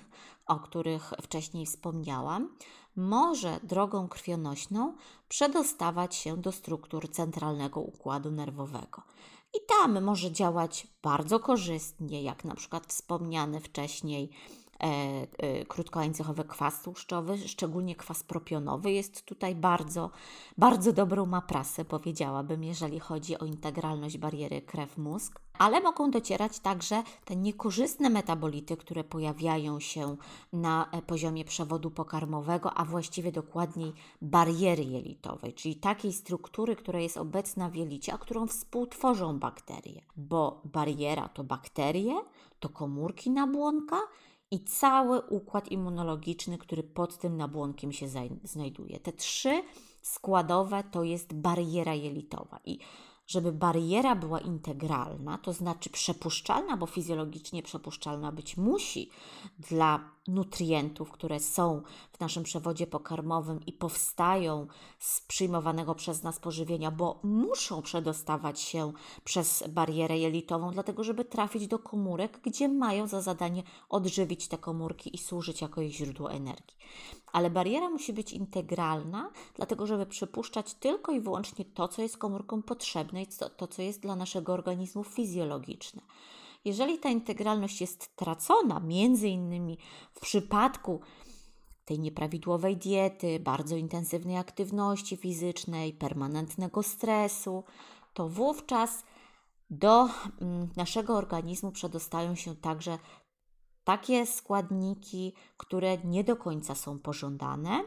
o których wcześniej wspomniałam, może drogą krwionośną przedostawać się do struktur centralnego układu nerwowego. I tam może działać bardzo korzystnie, jak na przykład wspomniany wcześniej e, e, krótkołańcuchowy kwas tłuszczowy, szczególnie kwas propionowy jest tutaj bardzo, bardzo dobrą ma prasę, powiedziałabym, jeżeli chodzi o integralność bariery krew-mózg. Ale mogą docierać także te niekorzystne metabolity, które pojawiają się na poziomie przewodu pokarmowego, a właściwie dokładniej bariery jelitowej, czyli takiej struktury, która jest obecna w jelicie, a którą współtworzą bakterie. Bo bariera to bakterie, to komórki nabłonka i cały układ immunologiczny, który pod tym nabłonkiem się znajduje. Te trzy składowe to jest bariera jelitowa. I żeby bariera była integralna, to znaczy przepuszczalna, bo fizjologicznie przepuszczalna być musi dla nutrientów, które są w naszym przewodzie pokarmowym i powstają z przyjmowanego przez nas pożywienia, bo muszą przedostawać się przez barierę jelitową, dlatego żeby trafić do komórek, gdzie mają za zadanie odżywić te komórki i służyć jako ich źródło energii. Ale bariera musi być integralna, dlatego żeby przepuszczać tylko i wyłącznie to, co jest komórkom potrzebne i to, to co jest dla naszego organizmu fizjologiczne. Jeżeli ta integralność jest tracona, między innymi w przypadku tej nieprawidłowej diety, bardzo intensywnej aktywności fizycznej, permanentnego stresu, to wówczas do naszego organizmu przedostają się także takie składniki, które nie do końca są pożądane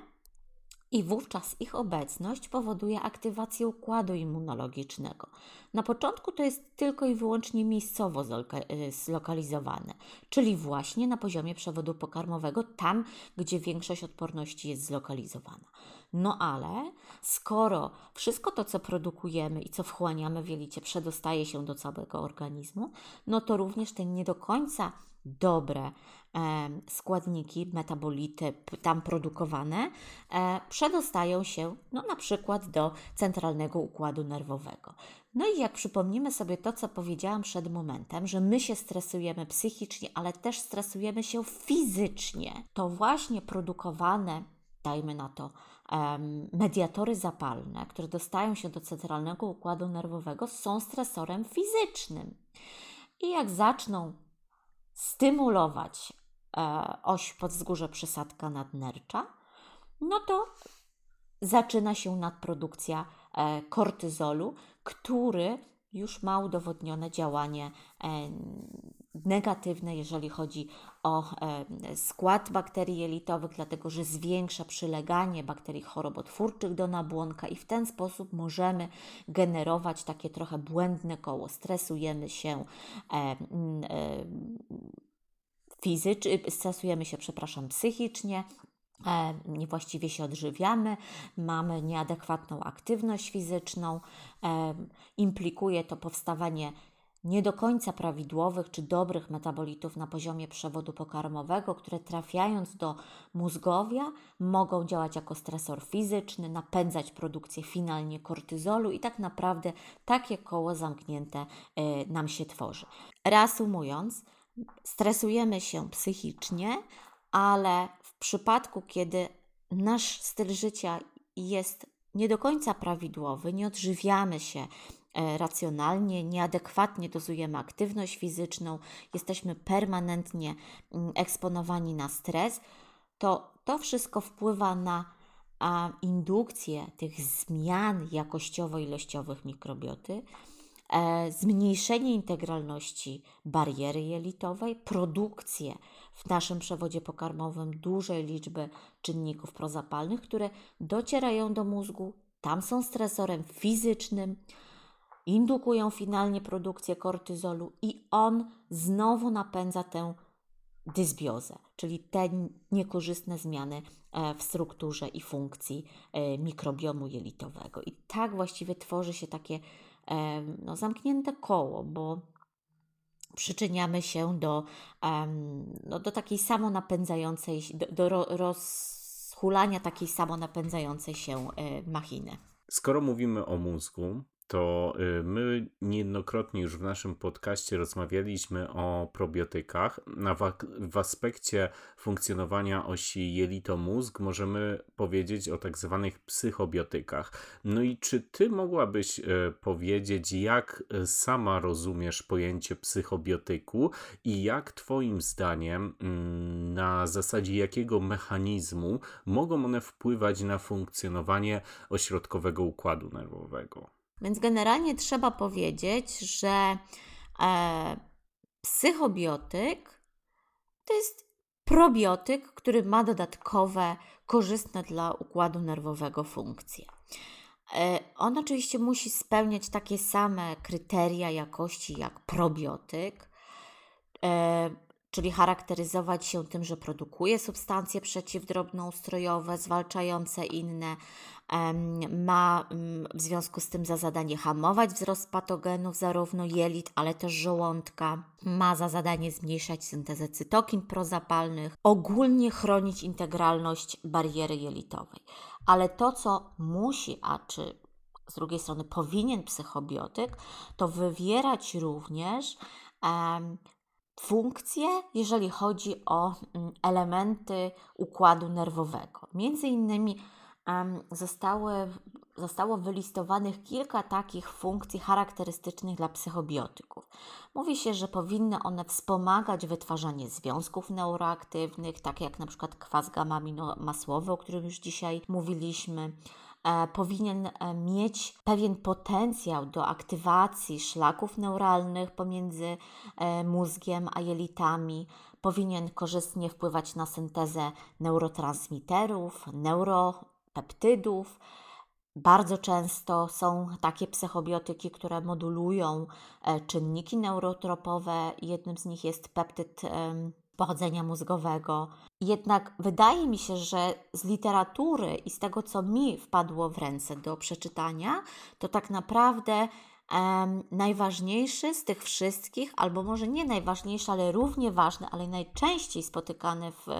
i wówczas ich obecność powoduje aktywację układu immunologicznego. Na początku to jest tylko i wyłącznie miejscowo zlokalizowane, czyli właśnie na poziomie przewodu pokarmowego, tam gdzie większość odporności jest zlokalizowana. No ale skoro wszystko to, co produkujemy i co wchłaniamy w jelicie, przedostaje się do całego organizmu, no to również te nie do końca dobre e, składniki, metabolity tam produkowane e, przedostają się no, na przykład do centralnego układu nerwowego. No i jak przypomnimy sobie to, co powiedziałam przed momentem, że my się stresujemy psychicznie, ale też stresujemy się fizycznie, to właśnie produkowane, dajmy na to, um, mediatory zapalne, które dostają się do centralnego układu nerwowego, są stresorem fizycznym. I jak zaczną stymulować e, oś podzwórze przysadka nadnercza, no to zaczyna się nadprodukcja e, kortyzolu, który już ma udowodnione działanie e, negatywne, jeżeli chodzi o e, skład bakterii jelitowych, dlatego że zwiększa przyleganie bakterii chorobotwórczych do nabłonka i w ten sposób możemy generować takie trochę błędne koło. Stresujemy się e, e, fizycznie, stresujemy się, przepraszam, psychicznie, e, niewłaściwie się odżywiamy, mamy nieadekwatną aktywność fizyczną, e, implikuje to powstawanie nie do końca prawidłowych czy dobrych metabolitów na poziomie przewodu pokarmowego, które trafiając do mózgowia mogą działać jako stresor fizyczny, napędzać produkcję finalnie kortyzolu i tak naprawdę takie koło zamknięte y, nam się tworzy. Reasumując, stresujemy się psychicznie, ale w przypadku, kiedy nasz styl życia jest nie do końca prawidłowy, nie odżywiamy się racjonalnie, nieadekwatnie dozujemy aktywność fizyczną, jesteśmy permanentnie eksponowani na stres, to to wszystko wpływa na a, indukcję tych zmian jakościowo-ilościowych mikrobioty, e, zmniejszenie integralności bariery jelitowej, produkcję w naszym przewodzie pokarmowym dużej liczby czynników prozapalnych, które docierają do mózgu, tam są stresorem fizycznym, indukują finalnie produkcję kortyzolu i on znowu napędza tę dysbiozę, czyli te niekorzystne zmiany w strukturze i funkcji mikrobiomu jelitowego. I tak właściwie tworzy się takie no, zamknięte koło, bo przyczyniamy się do, no, do takiej samonapędzającej, do, do rozhulania takiej samonapędzającej się machiny. Skoro mówimy o mózgu, to my niejednokrotnie już w naszym podcaście rozmawialiśmy o probiotykach. A w, w aspekcie funkcjonowania osi jelito-mózg możemy powiedzieć o tak zwanych psychobiotykach. No i czy ty mogłabyś powiedzieć, jak sama rozumiesz pojęcie psychobiotyku i jak twoim zdaniem, na zasadzie jakiego mechanizmu mogą one wpływać na funkcjonowanie ośrodkowego układu nerwowego? Więc generalnie trzeba powiedzieć, że e, psychobiotyk to jest probiotyk, który ma dodatkowe, korzystne dla układu nerwowego funkcje. E, on oczywiście musi spełniać takie same kryteria jakości jak probiotyk, e, czyli charakteryzować się tym, że produkuje substancje przeciwdrobnoustrojowe, zwalczające inne, ma w związku z tym za zadanie hamować wzrost patogenów zarówno jelit, ale też żołądka, ma za zadanie zmniejszać syntezę cytokin prozapalnych, ogólnie chronić integralność bariery jelitowej. Ale to, co musi, a czy z drugiej strony powinien psychobiotyk, to wywierać również um, funkcje, jeżeli chodzi o elementy układu nerwowego. Między innymi um, zostały, zostało wylistowanych kilka takich funkcji charakterystycznych dla psychobiotyków. Mówi się, że powinny one wspomagać wytwarzanie związków neuroaktywnych, tak jak na przykład kwas gamma-aminomasłowy, o którym już dzisiaj mówiliśmy. E, powinien e, mieć pewien potencjał do aktywacji szlaków neuralnych pomiędzy e, mózgiem a jelitami, powinien korzystnie wpływać na syntezę neurotransmiterów, neuropeptydów. Bardzo często są takie psychobiotyki, które modulują e, czynniki neurotropowe. Jednym z nich jest peptyd e, pochodzenia mózgowego. Jednak wydaje mi się, że z literatury i z tego, co mi wpadło w ręce do przeczytania, to tak naprawdę um, najważniejszy z tych wszystkich, albo może nie najważniejszy, ale równie ważny, ale najczęściej spotykany w,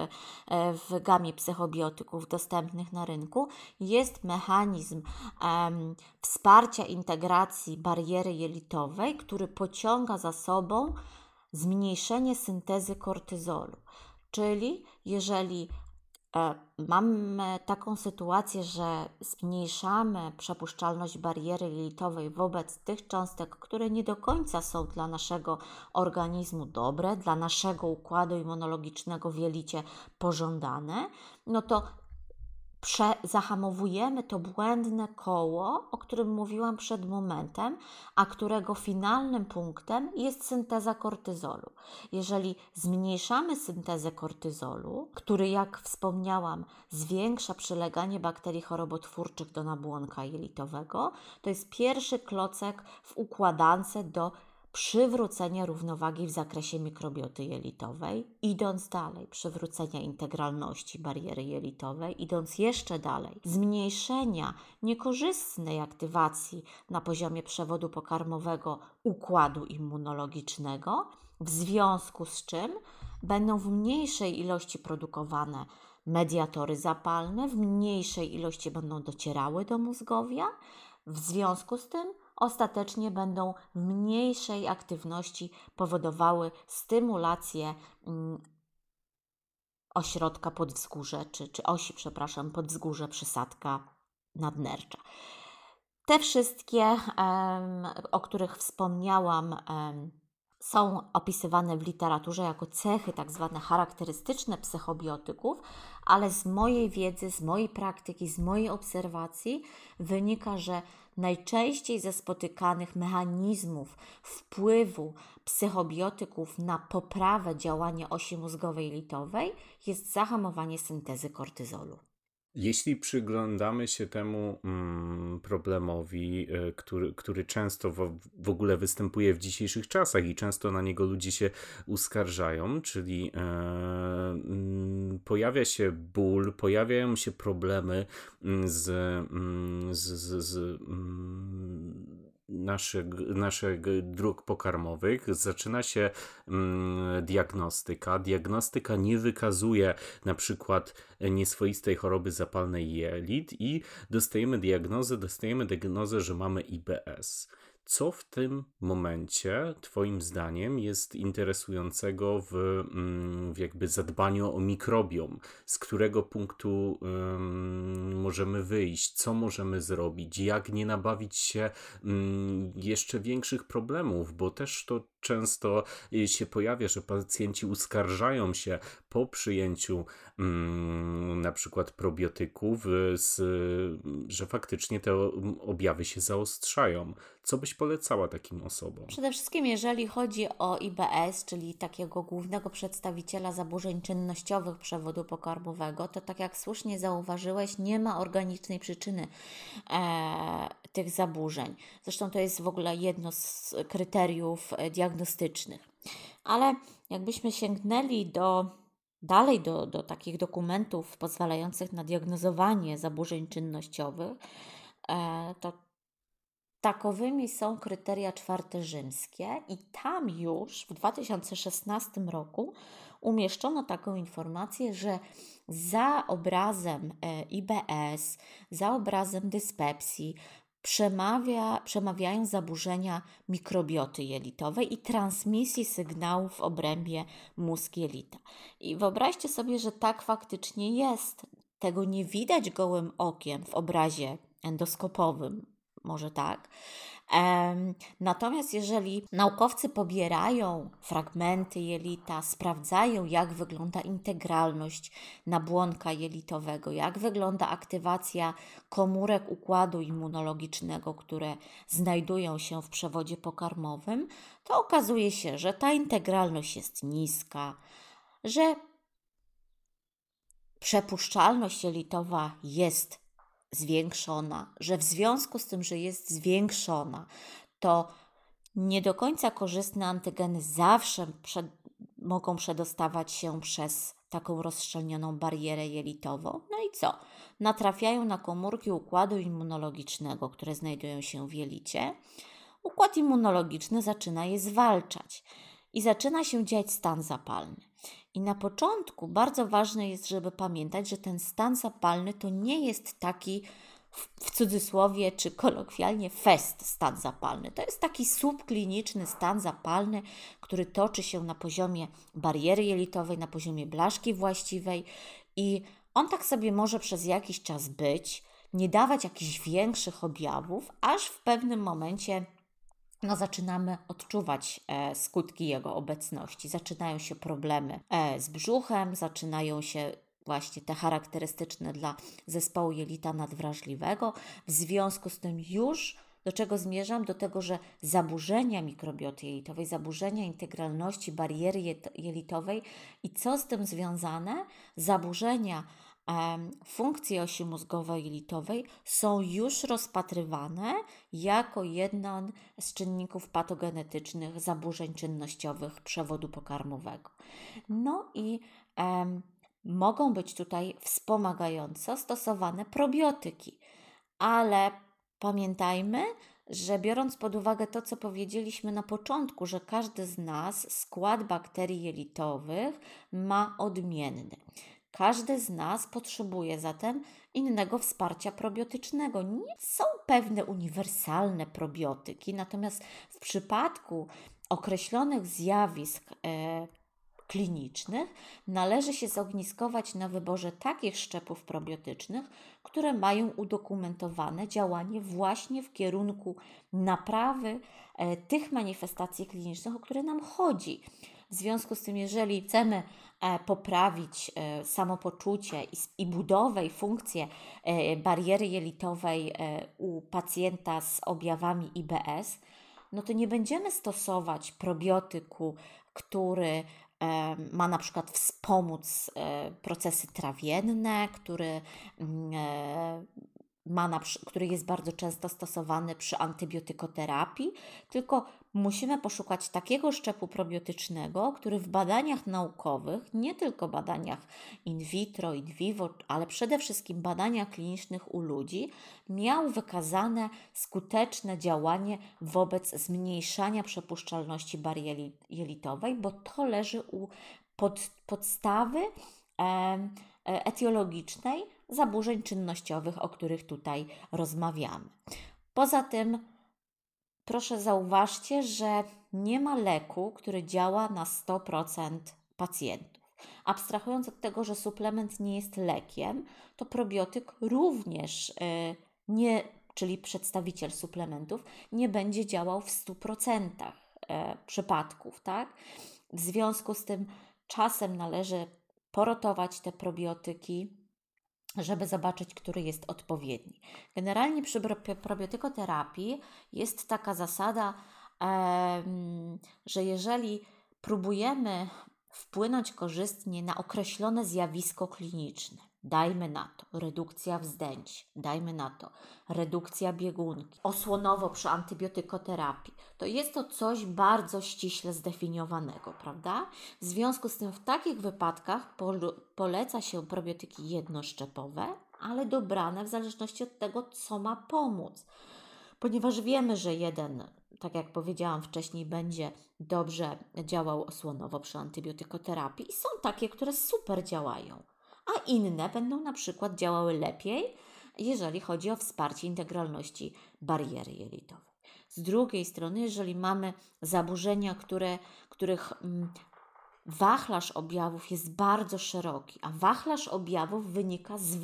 w gamie psychobiotyków dostępnych na rynku, jest mechanizm um, wsparcia integracji bariery jelitowej, który pociąga za sobą zmniejszenie syntezy kortyzolu. Czyli jeżeli e, mamy taką sytuację, że zmniejszamy przepuszczalność bariery jelitowej wobec tych cząstek, które nie do końca są dla naszego organizmu dobre, dla naszego układu immunologicznego w jelicie pożądane, no to Prze- zahamowujemy to błędne koło, o którym mówiłam przed momentem, a którego finalnym punktem jest synteza kortyzolu. Jeżeli zmniejszamy syntezę kortyzolu, który, jak wspomniałam, zwiększa przyleganie bakterii chorobotwórczych do nabłonka jelitowego, to jest pierwszy klocek w układance do przywrócenia równowagi w zakresie mikrobioty jelitowej, idąc dalej, przywrócenia integralności bariery jelitowej, idąc jeszcze dalej, zmniejszenia niekorzystnej aktywacji na poziomie przewodu pokarmowego układu immunologicznego, w związku z czym będą w mniejszej ilości produkowane mediatory zapalne, w mniejszej ilości będą docierały do mózgowia, w związku z tym ostatecznie będą w mniejszej aktywności powodowały stymulację mm, ośrodka podwzgórze, czy, czy osi, przepraszam, podwzgórze przysadka nadnercza. Te wszystkie, em, o których wspomniałam, em, są opisywane w literaturze jako cechy tak zwane charakterystyczne psychobiotyków, ale z mojej wiedzy, z mojej praktyki, z mojej obserwacji wynika, że najczęściej ze spotykanych mechanizmów wpływu psychobiotyków na poprawę działania osi mózgowej jelitowej jest zahamowanie syntezy kortyzolu. Jeśli przyglądamy się temu mm, problemowi, y, który, który często w, w ogóle występuje w dzisiejszych czasach i często na niego ludzie się uskarżają, czyli y, y, pojawia się ból, pojawiają się problemy z, z, z, z naszych, naszych dróg pokarmowych zaczyna się mm, diagnostyka. Diagnostyka nie wykazuje na przykład nieswoistej choroby zapalnej jelit i dostajemy diagnozę, dostajemy diagnozę, że mamy I B S. Co w tym momencie, Twoim zdaniem, jest interesującego w, w jakby zadbaniu o mikrobiom? Z którego punktu um, możemy wyjść? Co możemy zrobić? Jak nie nabawić się um, jeszcze większych problemów? Bo też to często się pojawia, że pacjenci uskarżają się po przyjęciu um, na przykład probiotyków, z, że faktycznie te objawy się zaostrzają. Co byś polecała takim osobom? Przede wszystkim jeżeli chodzi o I B S, czyli takiego głównego przedstawiciela zaburzeń czynnościowych przewodu pokarmowego, to tak jak słusznie zauważyłeś, nie ma organicznej przyczyny e, tych zaburzeń. Zresztą to jest w ogóle jedno z kryteriów diagnostycznych. Ale jakbyśmy sięgnęli do dalej do, do takich dokumentów pozwalających na diagnozowanie zaburzeń czynnościowych, e, to takowymi są kryteria czwarte rzymskie i tam już w dwa tysiące szesnastym roku umieszczono taką informację, że za obrazem I B S, za obrazem dyspepsji przemawia, przemawiają zaburzenia mikrobioty jelitowej i transmisji sygnałów w obrębie mózg-jelita. I wyobraźcie sobie, że tak faktycznie jest. Tego nie widać gołym okiem w obrazie endoskopowym, może tak. Natomiast jeżeli naukowcy pobierają fragmenty jelita, sprawdzają, jak wygląda integralność nabłonka jelitowego, jak wygląda aktywacja komórek układu immunologicznego, które znajdują się w przewodzie pokarmowym, to okazuje się, że ta integralność jest niska, że przepuszczalność jelitowa jest zwiększona, że w związku z tym, że jest zwiększona, to nie do końca korzystne antygeny zawsze przed, mogą przedostawać się przez taką rozszczelnioną barierę jelitową. No i co? Natrafiają na komórki układu immunologicznego, które znajdują się w jelicie. Układ immunologiczny zaczyna je zwalczać i zaczyna się dziać stan zapalny. I na początku bardzo ważne jest, żeby pamiętać, że ten stan zapalny to nie jest taki w cudzysłowie czy kolokwialnie fest stan zapalny. To jest taki subkliniczny stan zapalny, który toczy się na poziomie bariery jelitowej, na poziomie blaszki właściwej i on tak sobie może przez jakiś czas być, nie dawać jakichś większych objawów, aż w pewnym momencie no, zaczynamy odczuwać e, skutki jego obecności. Zaczynają się problemy e, z brzuchem, zaczynają się właśnie te charakterystyczne dla zespołu jelita nadwrażliwego. W związku z tym już do czego zmierzam? Do tego, że zaburzenia mikrobioty jelitowej, zaburzenia integralności bariery jelitowej i co z tym związane? Zaburzenia funkcji osi mózgowo-jelitowej są już rozpatrywane jako jeden z czynników patogenetycznych zaburzeń czynnościowych przewodu pokarmowego. No i em, mogą być tutaj wspomagająco stosowane probiotyki, ale pamiętajmy, że biorąc pod uwagę to, co powiedzieliśmy na początku, że każdy z nas skład bakterii jelitowych ma odmienny. Każdy z nas potrzebuje zatem innego wsparcia probiotycznego. Nie są pewne uniwersalne probiotyki, natomiast w przypadku określonych zjawisk e, klinicznych należy się zogniskować na wyborze takich szczepów probiotycznych, które mają udokumentowane działanie właśnie w kierunku naprawy e, tych manifestacji klinicznych, o które nam chodzi. W związku z tym, jeżeli chcemy e, poprawić e, samopoczucie i, i budowę i funkcję e, bariery jelitowej e, u pacjenta z objawami I B S, no to nie będziemy stosować probiotyku, który e, ma na przykład wspomóc e, procesy trawienne, który e, Ma na, który jest bardzo często stosowany przy antybiotykoterapii, tylko musimy poszukać takiego szczepu probiotycznego, który w badaniach naukowych, nie tylko badaniach in vitro, in vivo, ale przede wszystkim badaniach klinicznych u ludzi, miał wykazane skuteczne działanie wobec zmniejszania przepuszczalności bariery jelitowej, bo to leży u pod, podstawy e, etiologicznej zaburzeń czynnościowych, o których tutaj rozmawiamy. Poza tym proszę zauważcie, że nie ma leku, który działa na sto procent pacjentów. Abstrahując od tego, że suplement nie jest lekiem, to probiotyk również y, nie, czyli przedstawiciel suplementów, nie będzie działał w stu procentach y, przypadków, tak? W związku z tym czasem należy porotować te probiotyki, żeby zobaczyć, który jest odpowiedni. Generalnie przy probiotykoterapii jest taka zasada, że jeżeli próbujemy wpłynąć korzystnie na określone zjawisko kliniczne, dajmy na to redukcja wzdęć, dajmy na to redukcja biegunki, osłonowo przy antybiotykoterapii, to jest to coś bardzo ściśle zdefiniowanego, prawda? W związku z tym w takich wypadkach poleca się probiotyki jednoszczepowe, ale dobrane w zależności od tego, co ma pomóc. Ponieważ wiemy, że jeden, tak jak powiedziałam wcześniej, będzie dobrze działał osłonowo przy antybiotykoterapii i są takie, które super działają, a inne będą na przykład działały lepiej, jeżeli chodzi o wsparcie integralności bariery jelitowej. Z drugiej strony, jeżeli mamy zaburzenia, które, których mm, wachlarz objawów jest bardzo szeroki, a wachlarz objawów wynika z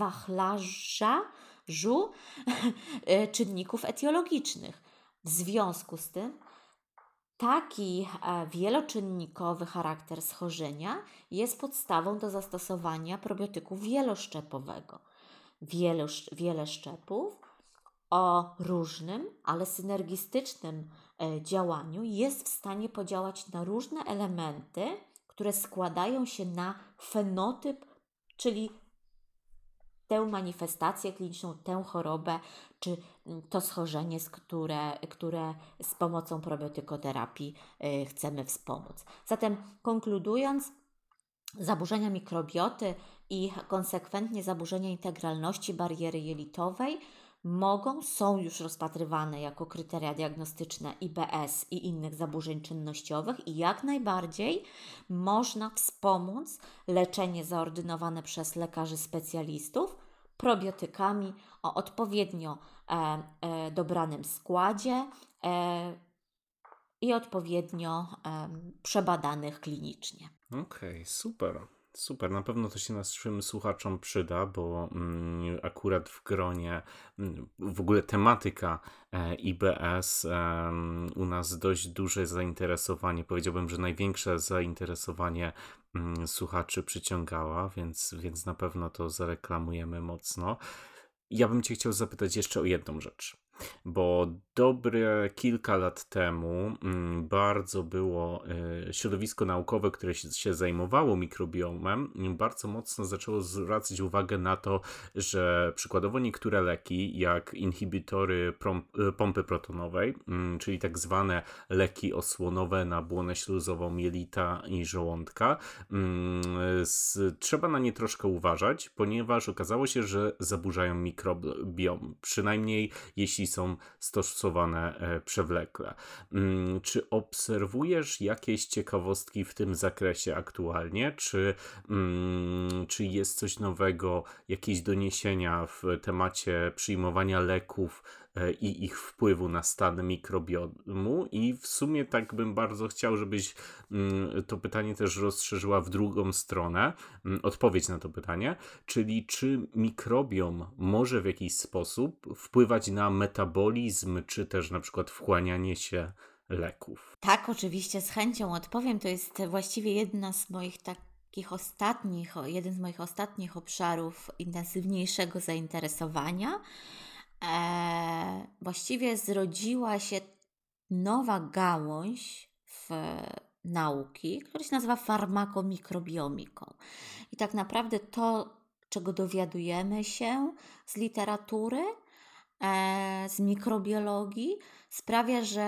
wachlarza czynników etiologicznych. W związku z tym taki wieloczynnikowy charakter schorzenia jest podstawą do zastosowania probiotyku wieloszczepowego. Wiele, wiele szczepów o różnym, ale synergistycznym działaniu jest w stanie podziałać na różne elementy, które składają się na fenotyp, czyli tę manifestację kliniczną, tę chorobę, czy to schorzenie, z które, które z pomocą probiotykoterapii y, chcemy wspomóc. Zatem konkludując, zaburzenia mikrobioty i konsekwentnie zaburzenia integralności bariery jelitowej mogą, są już rozpatrywane jako kryteria diagnostyczne I B S i innych zaburzeń czynnościowych i jak najbardziej można wspomóc leczenie zaordynowane przez lekarzy specjalistów probiotykami o odpowiednio e, e, dobranym składzie e, i odpowiednio e, przebadanych klinicznie. Okej, okay, super. Super, na pewno to się naszym słuchaczom przyda, bo mm, akurat w gronie mm, w ogóle tematyka e, I B S e, u nas dość duże zainteresowanie, powiedziałbym, że największe zainteresowanie mm, słuchaczy przyciągała, więc, więc na pewno to zareklamujemy mocno. Ja bym Cię chciał zapytać jeszcze o jedną rzecz, bo dobre kilka lat temu mm, bardzo było y, środowisko naukowe, które się, się zajmowało mikrobiomem, bardzo mocno zaczęło zwracać uwagę na to, że przykładowo niektóre leki, jak inhibitory prom, y, pompy protonowej, y, czyli tak zwane leki osłonowe na błonę śluzową jelita i żołądka, y, z, trzeba na nie troszkę uważać, ponieważ okazało się, że zaburzają mikrobiom, przynajmniej jeśli są stosowane przewlekle. Czy obserwujesz jakieś ciekawostki w tym zakresie aktualnie? Czy, czy jest coś nowego, jakieś doniesienia w temacie przyjmowania leków i ich wpływu na stan mikrobiomu? I w sumie tak bym bardzo chciał, żebyś to pytanie też rozszerzyła w drugą stronę, odpowiedź na to pytanie, czyli czy mikrobiom może w jakiś sposób wpływać na metabolizm, czy też na przykład wchłanianie się leków? Tak, oczywiście, z chęcią odpowiem. To jest właściwie jedna z moich takich ostatnich, jeden z moich ostatnich obszarów intensywniejszego zainteresowania. Eee, właściwie zrodziła się nowa gałąź w nauki, która się nazywa farmakomikrobiomiką. I tak naprawdę to, czego dowiadujemy się z literatury, e, z mikrobiologii, sprawia, że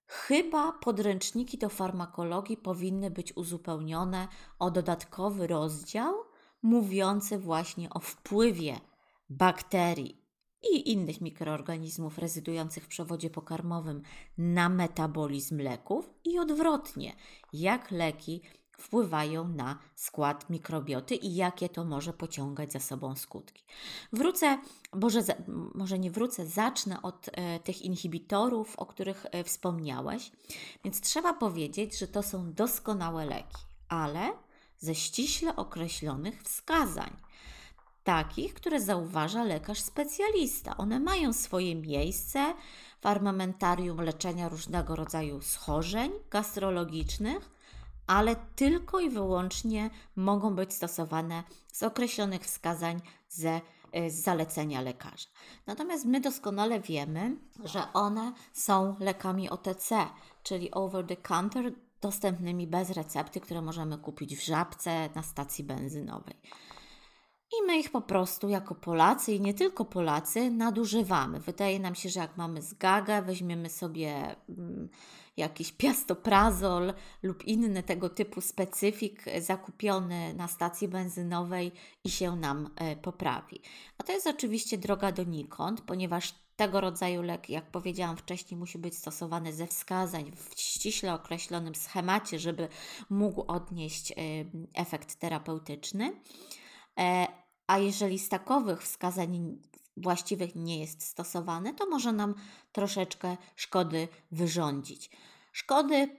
Chyba podręczniki do farmakologii powinny być uzupełnione o dodatkowy rozdział mówiący właśnie o wpływie bakterii i innych mikroorganizmów rezydujących w przewodzie pokarmowym na metabolizm leków i odwrotnie, jak leki wpływają na skład mikrobioty i jakie to może pociągać za sobą skutki. Wrócę, może, może nie wrócę, zacznę od e, tych inhibitorów, o których e, wspomniałeś. Więc trzeba powiedzieć, że to są doskonałe leki, ale ze ściśle określonych wskazań. Takich, które zauważa lekarz specjalista. One mają swoje miejsce w armamentarium leczenia różnego rodzaju schorzeń gastrologicznych, ale tylko i wyłącznie mogą być stosowane z określonych wskazań ze, z zalecenia lekarza. Natomiast my doskonale wiemy, że one są lekami O T C, czyli over the counter, dostępnymi bez recepty, które możemy kupić w żabce na stacji benzynowej. I my ich po prostu jako Polacy i nie tylko Polacy nadużywamy. Wydaje nam się, że jak mamy zgagę, weźmiemy sobie mm, jakiś piastoprazol lub inny tego typu specyfik zakupiony na stacji benzynowej i się nam y, poprawi. A to jest oczywiście droga donikąd, ponieważ tego rodzaju lek, jak powiedziałam wcześniej, musi być stosowany ze wskazań w ściśle określonym schemacie, żeby mógł odnieść y, efekt terapeutyczny. A jeżeli z takowych wskazań właściwych nie jest stosowany, to może nam troszeczkę szkody wyrządzić. Szkody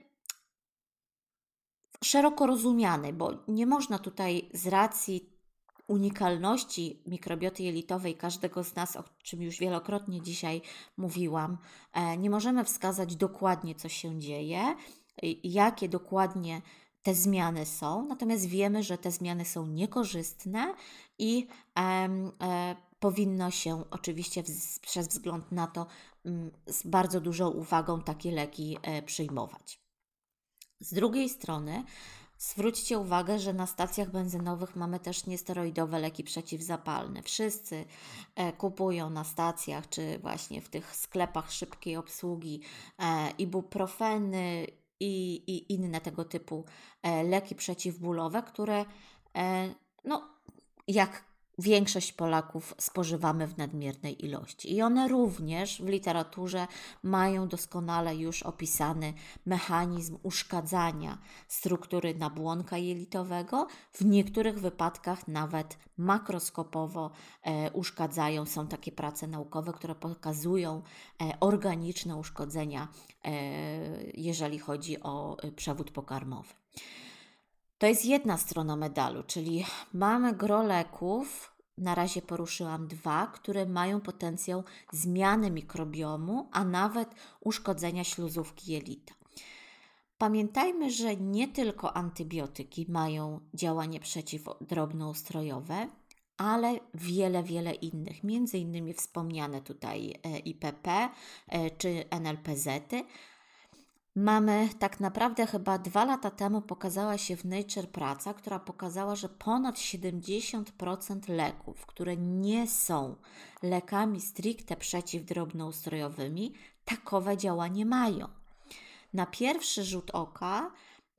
szeroko rozumianej, bo nie można tutaj z racji unikalności mikrobioty jelitowej każdego z nas, o czym już wielokrotnie dzisiaj mówiłam, nie możemy wskazać dokładnie, co się dzieje, jakie dokładnie te zmiany są, natomiast wiemy, że te zmiany są niekorzystne i e, e, powinno się oczywiście w, przez wzgląd na to m, z bardzo dużą uwagą takie leki e, przyjmować. Z drugiej strony zwróćcie uwagę, że na stacjach benzynowych mamy też niesteroidowe leki przeciwzapalne. Wszyscy e, kupują na stacjach czy właśnie w tych sklepach szybkiej obsługi e, ibuprofeny, I, i inne tego typu e, leki przeciwbólowe, które e, no, jak większość Polaków spożywamy w nadmiernej ilości. I one również w literaturze mają doskonale już opisany mechanizm uszkadzania struktury nabłonka jelitowego. W niektórych wypadkach nawet makroskopowo e, uszkadzają. Są takie prace naukowe, które pokazują e, organiczne uszkodzenia, e, jeżeli chodzi o e, przewód pokarmowy. To jest jedna strona medalu, czyli mamy gro leków, na razie poruszyłam dwa, które mają potencjał zmiany mikrobiomu, a nawet uszkodzenia śluzówki jelita. Pamiętajmy, że nie tylko antybiotyki mają działanie przeciwdrobnoustrojowe, ale wiele, wiele innych, między innymi wspomniane tutaj I P P czy N L P Z-y. Mamy tak naprawdę chyba dwa lata temu pokazała się w Nature praca, która pokazała, że ponad siedemdziesiąt procent leków, które nie są lekami stricte przeciwdrobnoustrojowymi, takowe działanie mają. Na pierwszy rzut oka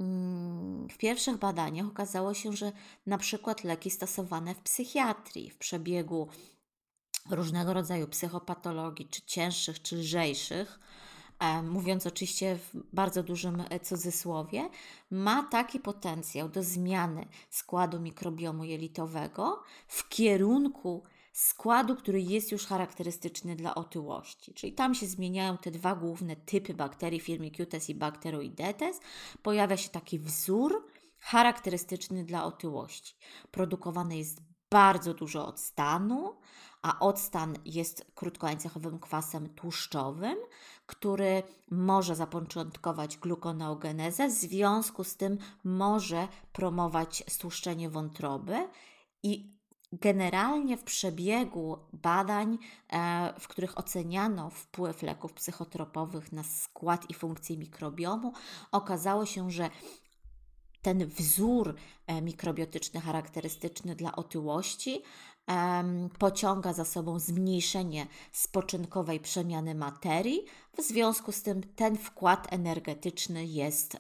w pierwszych badaniach okazało się, że na przykład leki stosowane w psychiatrii, w przebiegu różnego rodzaju psychopatologii, czy cięższych, czy lżejszych, mówiąc oczywiście w bardzo dużym cudzysłowie, ma taki potencjał do zmiany składu mikrobiomu jelitowego w kierunku składu, który jest już charakterystyczny dla otyłości. Czyli tam się zmieniają te dwa główne typy bakterii, Firmicutes i Bacteroidetes. Pojawia się taki wzór charakterystyczny dla otyłości. Produkowane jest bardzo dużo octanu, a octan jest krótkołańcuchowym kwasem tłuszczowym, który może zapoczątkować glukoneogenezę, w związku z tym może promować stłuszczenie wątroby i generalnie w przebiegu badań, w których oceniano wpływ leków psychotropowych na skład i funkcję mikrobiomu, okazało się, że ten wzór mikrobiotyczny charakterystyczny dla otyłości pociąga za sobą zmniejszenie spoczynkowej przemiany materii. W związku z tym ten wkład energetyczny jest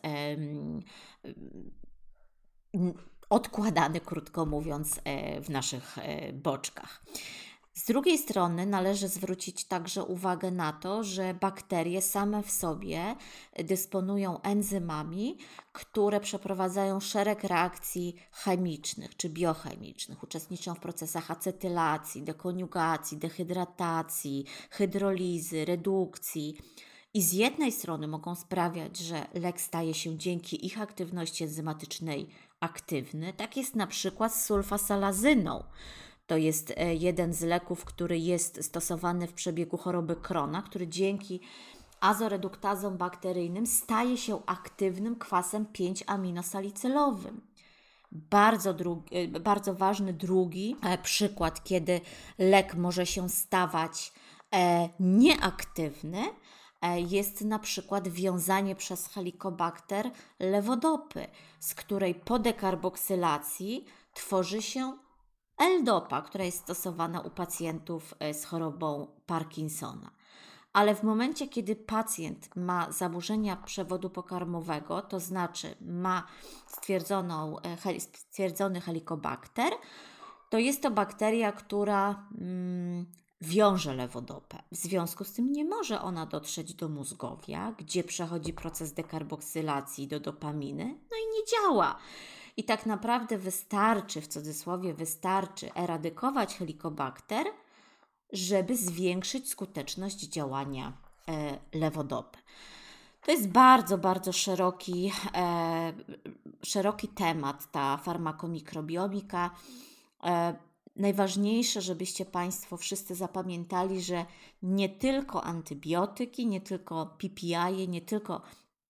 odkładany, krótko mówiąc, w naszych boczkach. Z drugiej strony należy zwrócić także uwagę na to, że bakterie same w sobie dysponują enzymami, które przeprowadzają szereg reakcji chemicznych czy biochemicznych. Uczestniczą w procesach acetylacji, dekoniugacji, dehydratacji, hydrolizy, redukcji. I z jednej strony mogą sprawiać, że lek staje się dzięki ich aktywności enzymatycznej aktywny. Tak jest na przykład z sulfasalazyną. To jest jeden z leków, który jest stosowany w przebiegu choroby Crohna, który dzięki azoreduktazom bakteryjnym staje się aktywnym kwasem pięć aminosalicylowym. Bardzo, drugi, bardzo ważny drugi przykład, kiedy lek może się stawać nieaktywny, jest na przykład wiązanie przez helikobakter lewodopy, z której po dekarboksylacji tworzy się L-dopa, która jest stosowana u pacjentów z chorobą Parkinsona. Ale w momencie, kiedy pacjent ma zaburzenia przewodu pokarmowego, to znaczy ma stwierdzoną, stwierdzony helikobakter, to jest to bakteria, która mm, wiąże lewodopę. W związku z tym nie może ona dotrzeć do mózgowia, gdzie przechodzi proces dekarboksylacji do dopaminy, no i nie działa. I tak naprawdę wystarczy, w cudzysłowie wystarczy eradykować helikobakter, żeby zwiększyć skuteczność działania e, lewodopy. To jest bardzo, bardzo szeroki, e, szeroki temat, ta farmakomikrobiomika. E, najważniejsze, żebyście Państwo wszyscy zapamiętali, że nie tylko antybiotyki, nie tylko P P I, nie tylko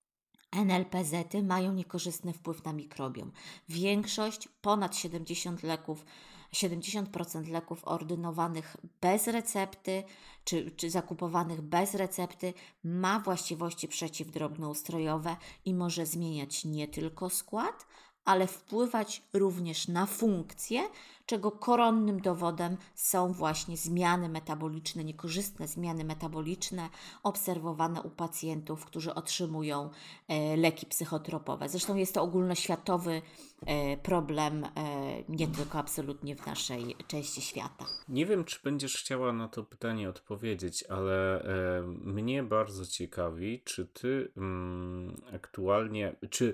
N L P Z-y mają niekorzystny wpływ na mikrobiom. Większość, ponad siedemdziesiąt leków, siedemdziesiąt procent leków ordynowanych bez recepty czy, czy zakupowanych bez recepty ma właściwości przeciwdrobnoustrojowe i może zmieniać nie tylko skład, ale wpływać również na funkcje, czego koronnym dowodem są właśnie zmiany metaboliczne, niekorzystne zmiany metaboliczne obserwowane u pacjentów, którzy otrzymują e, leki psychotropowe. Zresztą jest to ogólnoświatowy e, problem, e, nie tylko absolutnie w naszej części świata. Nie wiem, czy będziesz chciała na to pytanie odpowiedzieć, ale e, mnie bardzo ciekawi, czy ty mm, aktualnie, czy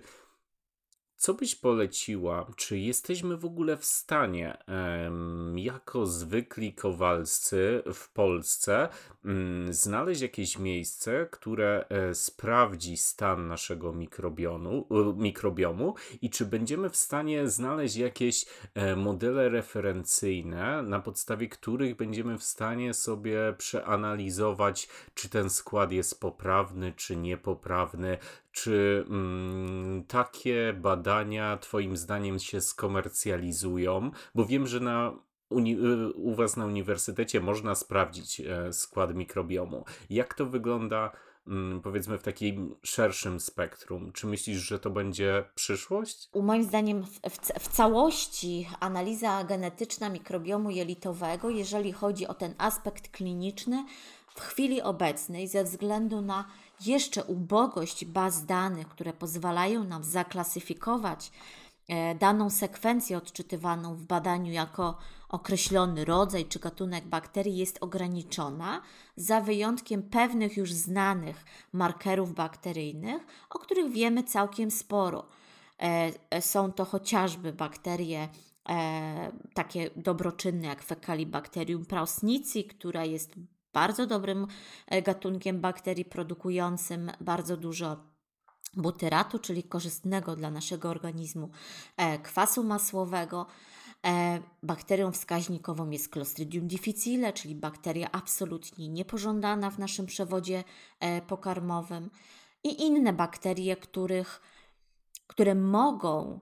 co byś poleciła, czy jesteśmy w ogóle w stanie em, jako zwykli kowalscy w Polsce mm, znaleźć jakieś miejsce, które e, sprawdzi stan naszego mikrobiomu, e, mikrobiomu i czy będziemy w stanie znaleźć jakieś e, modele referencyjne, na podstawie których będziemy w stanie sobie przeanalizować, czy ten skład jest poprawny, czy niepoprawny, czy mm, takie badania Twoim zdaniem się skomercjalizują? Bo wiem, że na uni- u Was na uniwersytecie można sprawdzić e, skład mikrobiomu. Jak to wygląda, mm, powiedzmy, w takim szerszym spektrum? Czy myślisz, że to będzie przyszłość? Moim zdaniem w, w, w całości analiza genetyczna mikrobiomu jelitowego, jeżeli chodzi o ten aspekt kliniczny, w chwili obecnej ze względu na jeszcze ubogość baz danych, które pozwalają nam zaklasyfikować e, daną sekwencję odczytywaną w badaniu jako określony rodzaj czy gatunek bakterii, jest ograniczona, za wyjątkiem pewnych już znanych markerów bakteryjnych, o których wiemy całkiem sporo. E, są to chociażby bakterie e, takie dobroczynne jak Fecalibacterium prausnici, która jest bardzo dobrym gatunkiem bakterii produkującym bardzo dużo butyratu, czyli korzystnego dla naszego organizmu kwasu masłowego. Bakterią wskaźnikową jest Clostridium difficile, czyli bakteria absolutnie niepożądana w naszym przewodzie pokarmowym, i inne bakterie, których, które mogą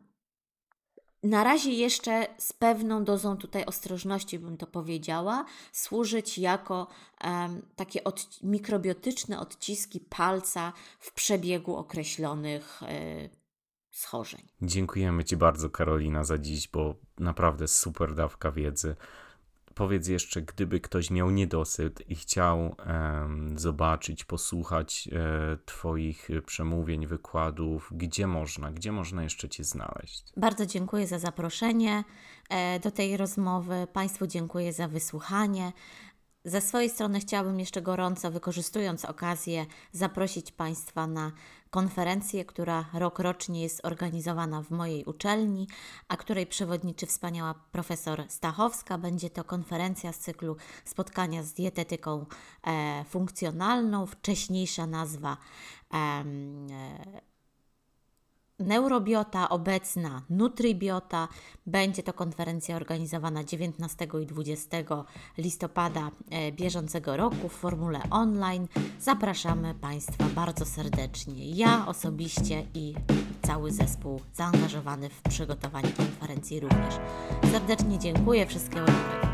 na razie jeszcze z pewną dozą tutaj ostrożności, bym to powiedziała, służyć jako um, takie od, mikrobiotyczne odciski palca w przebiegu określonych y, schorzeń. Dziękujemy Ci bardzo, Karolina, za dziś, bo naprawdę super dawka wiedzy. Powiedz jeszcze, gdyby ktoś miał niedosyt i chciał um, zobaczyć, posłuchać e, Twoich przemówień, wykładów, gdzie można, gdzie można jeszcze Cię znaleźć? Bardzo dziękuję za zaproszenie e, do tej rozmowy. Państwu dziękuję za wysłuchanie. Ze swojej strony chciałabym jeszcze gorąco, wykorzystując okazję, zaprosić Państwa na konferencję, która rokrocznie jest organizowana w mojej uczelni, a której przewodniczy wspaniała profesor Stachowska. Będzie to konferencja z cyklu spotkania z dietetyką e, funkcjonalną, wcześniejsza nazwa e, e, Neurobiota, obecna Nutribiota. Będzie to konferencja organizowana dziewiętnastego i dwudziestego listopada bieżącego roku w formule online. Zapraszamy Państwa bardzo serdecznie. Ja osobiście i cały zespół zaangażowany w przygotowanie konferencji również. Serdecznie dziękuję. Wszystkiego dobrego.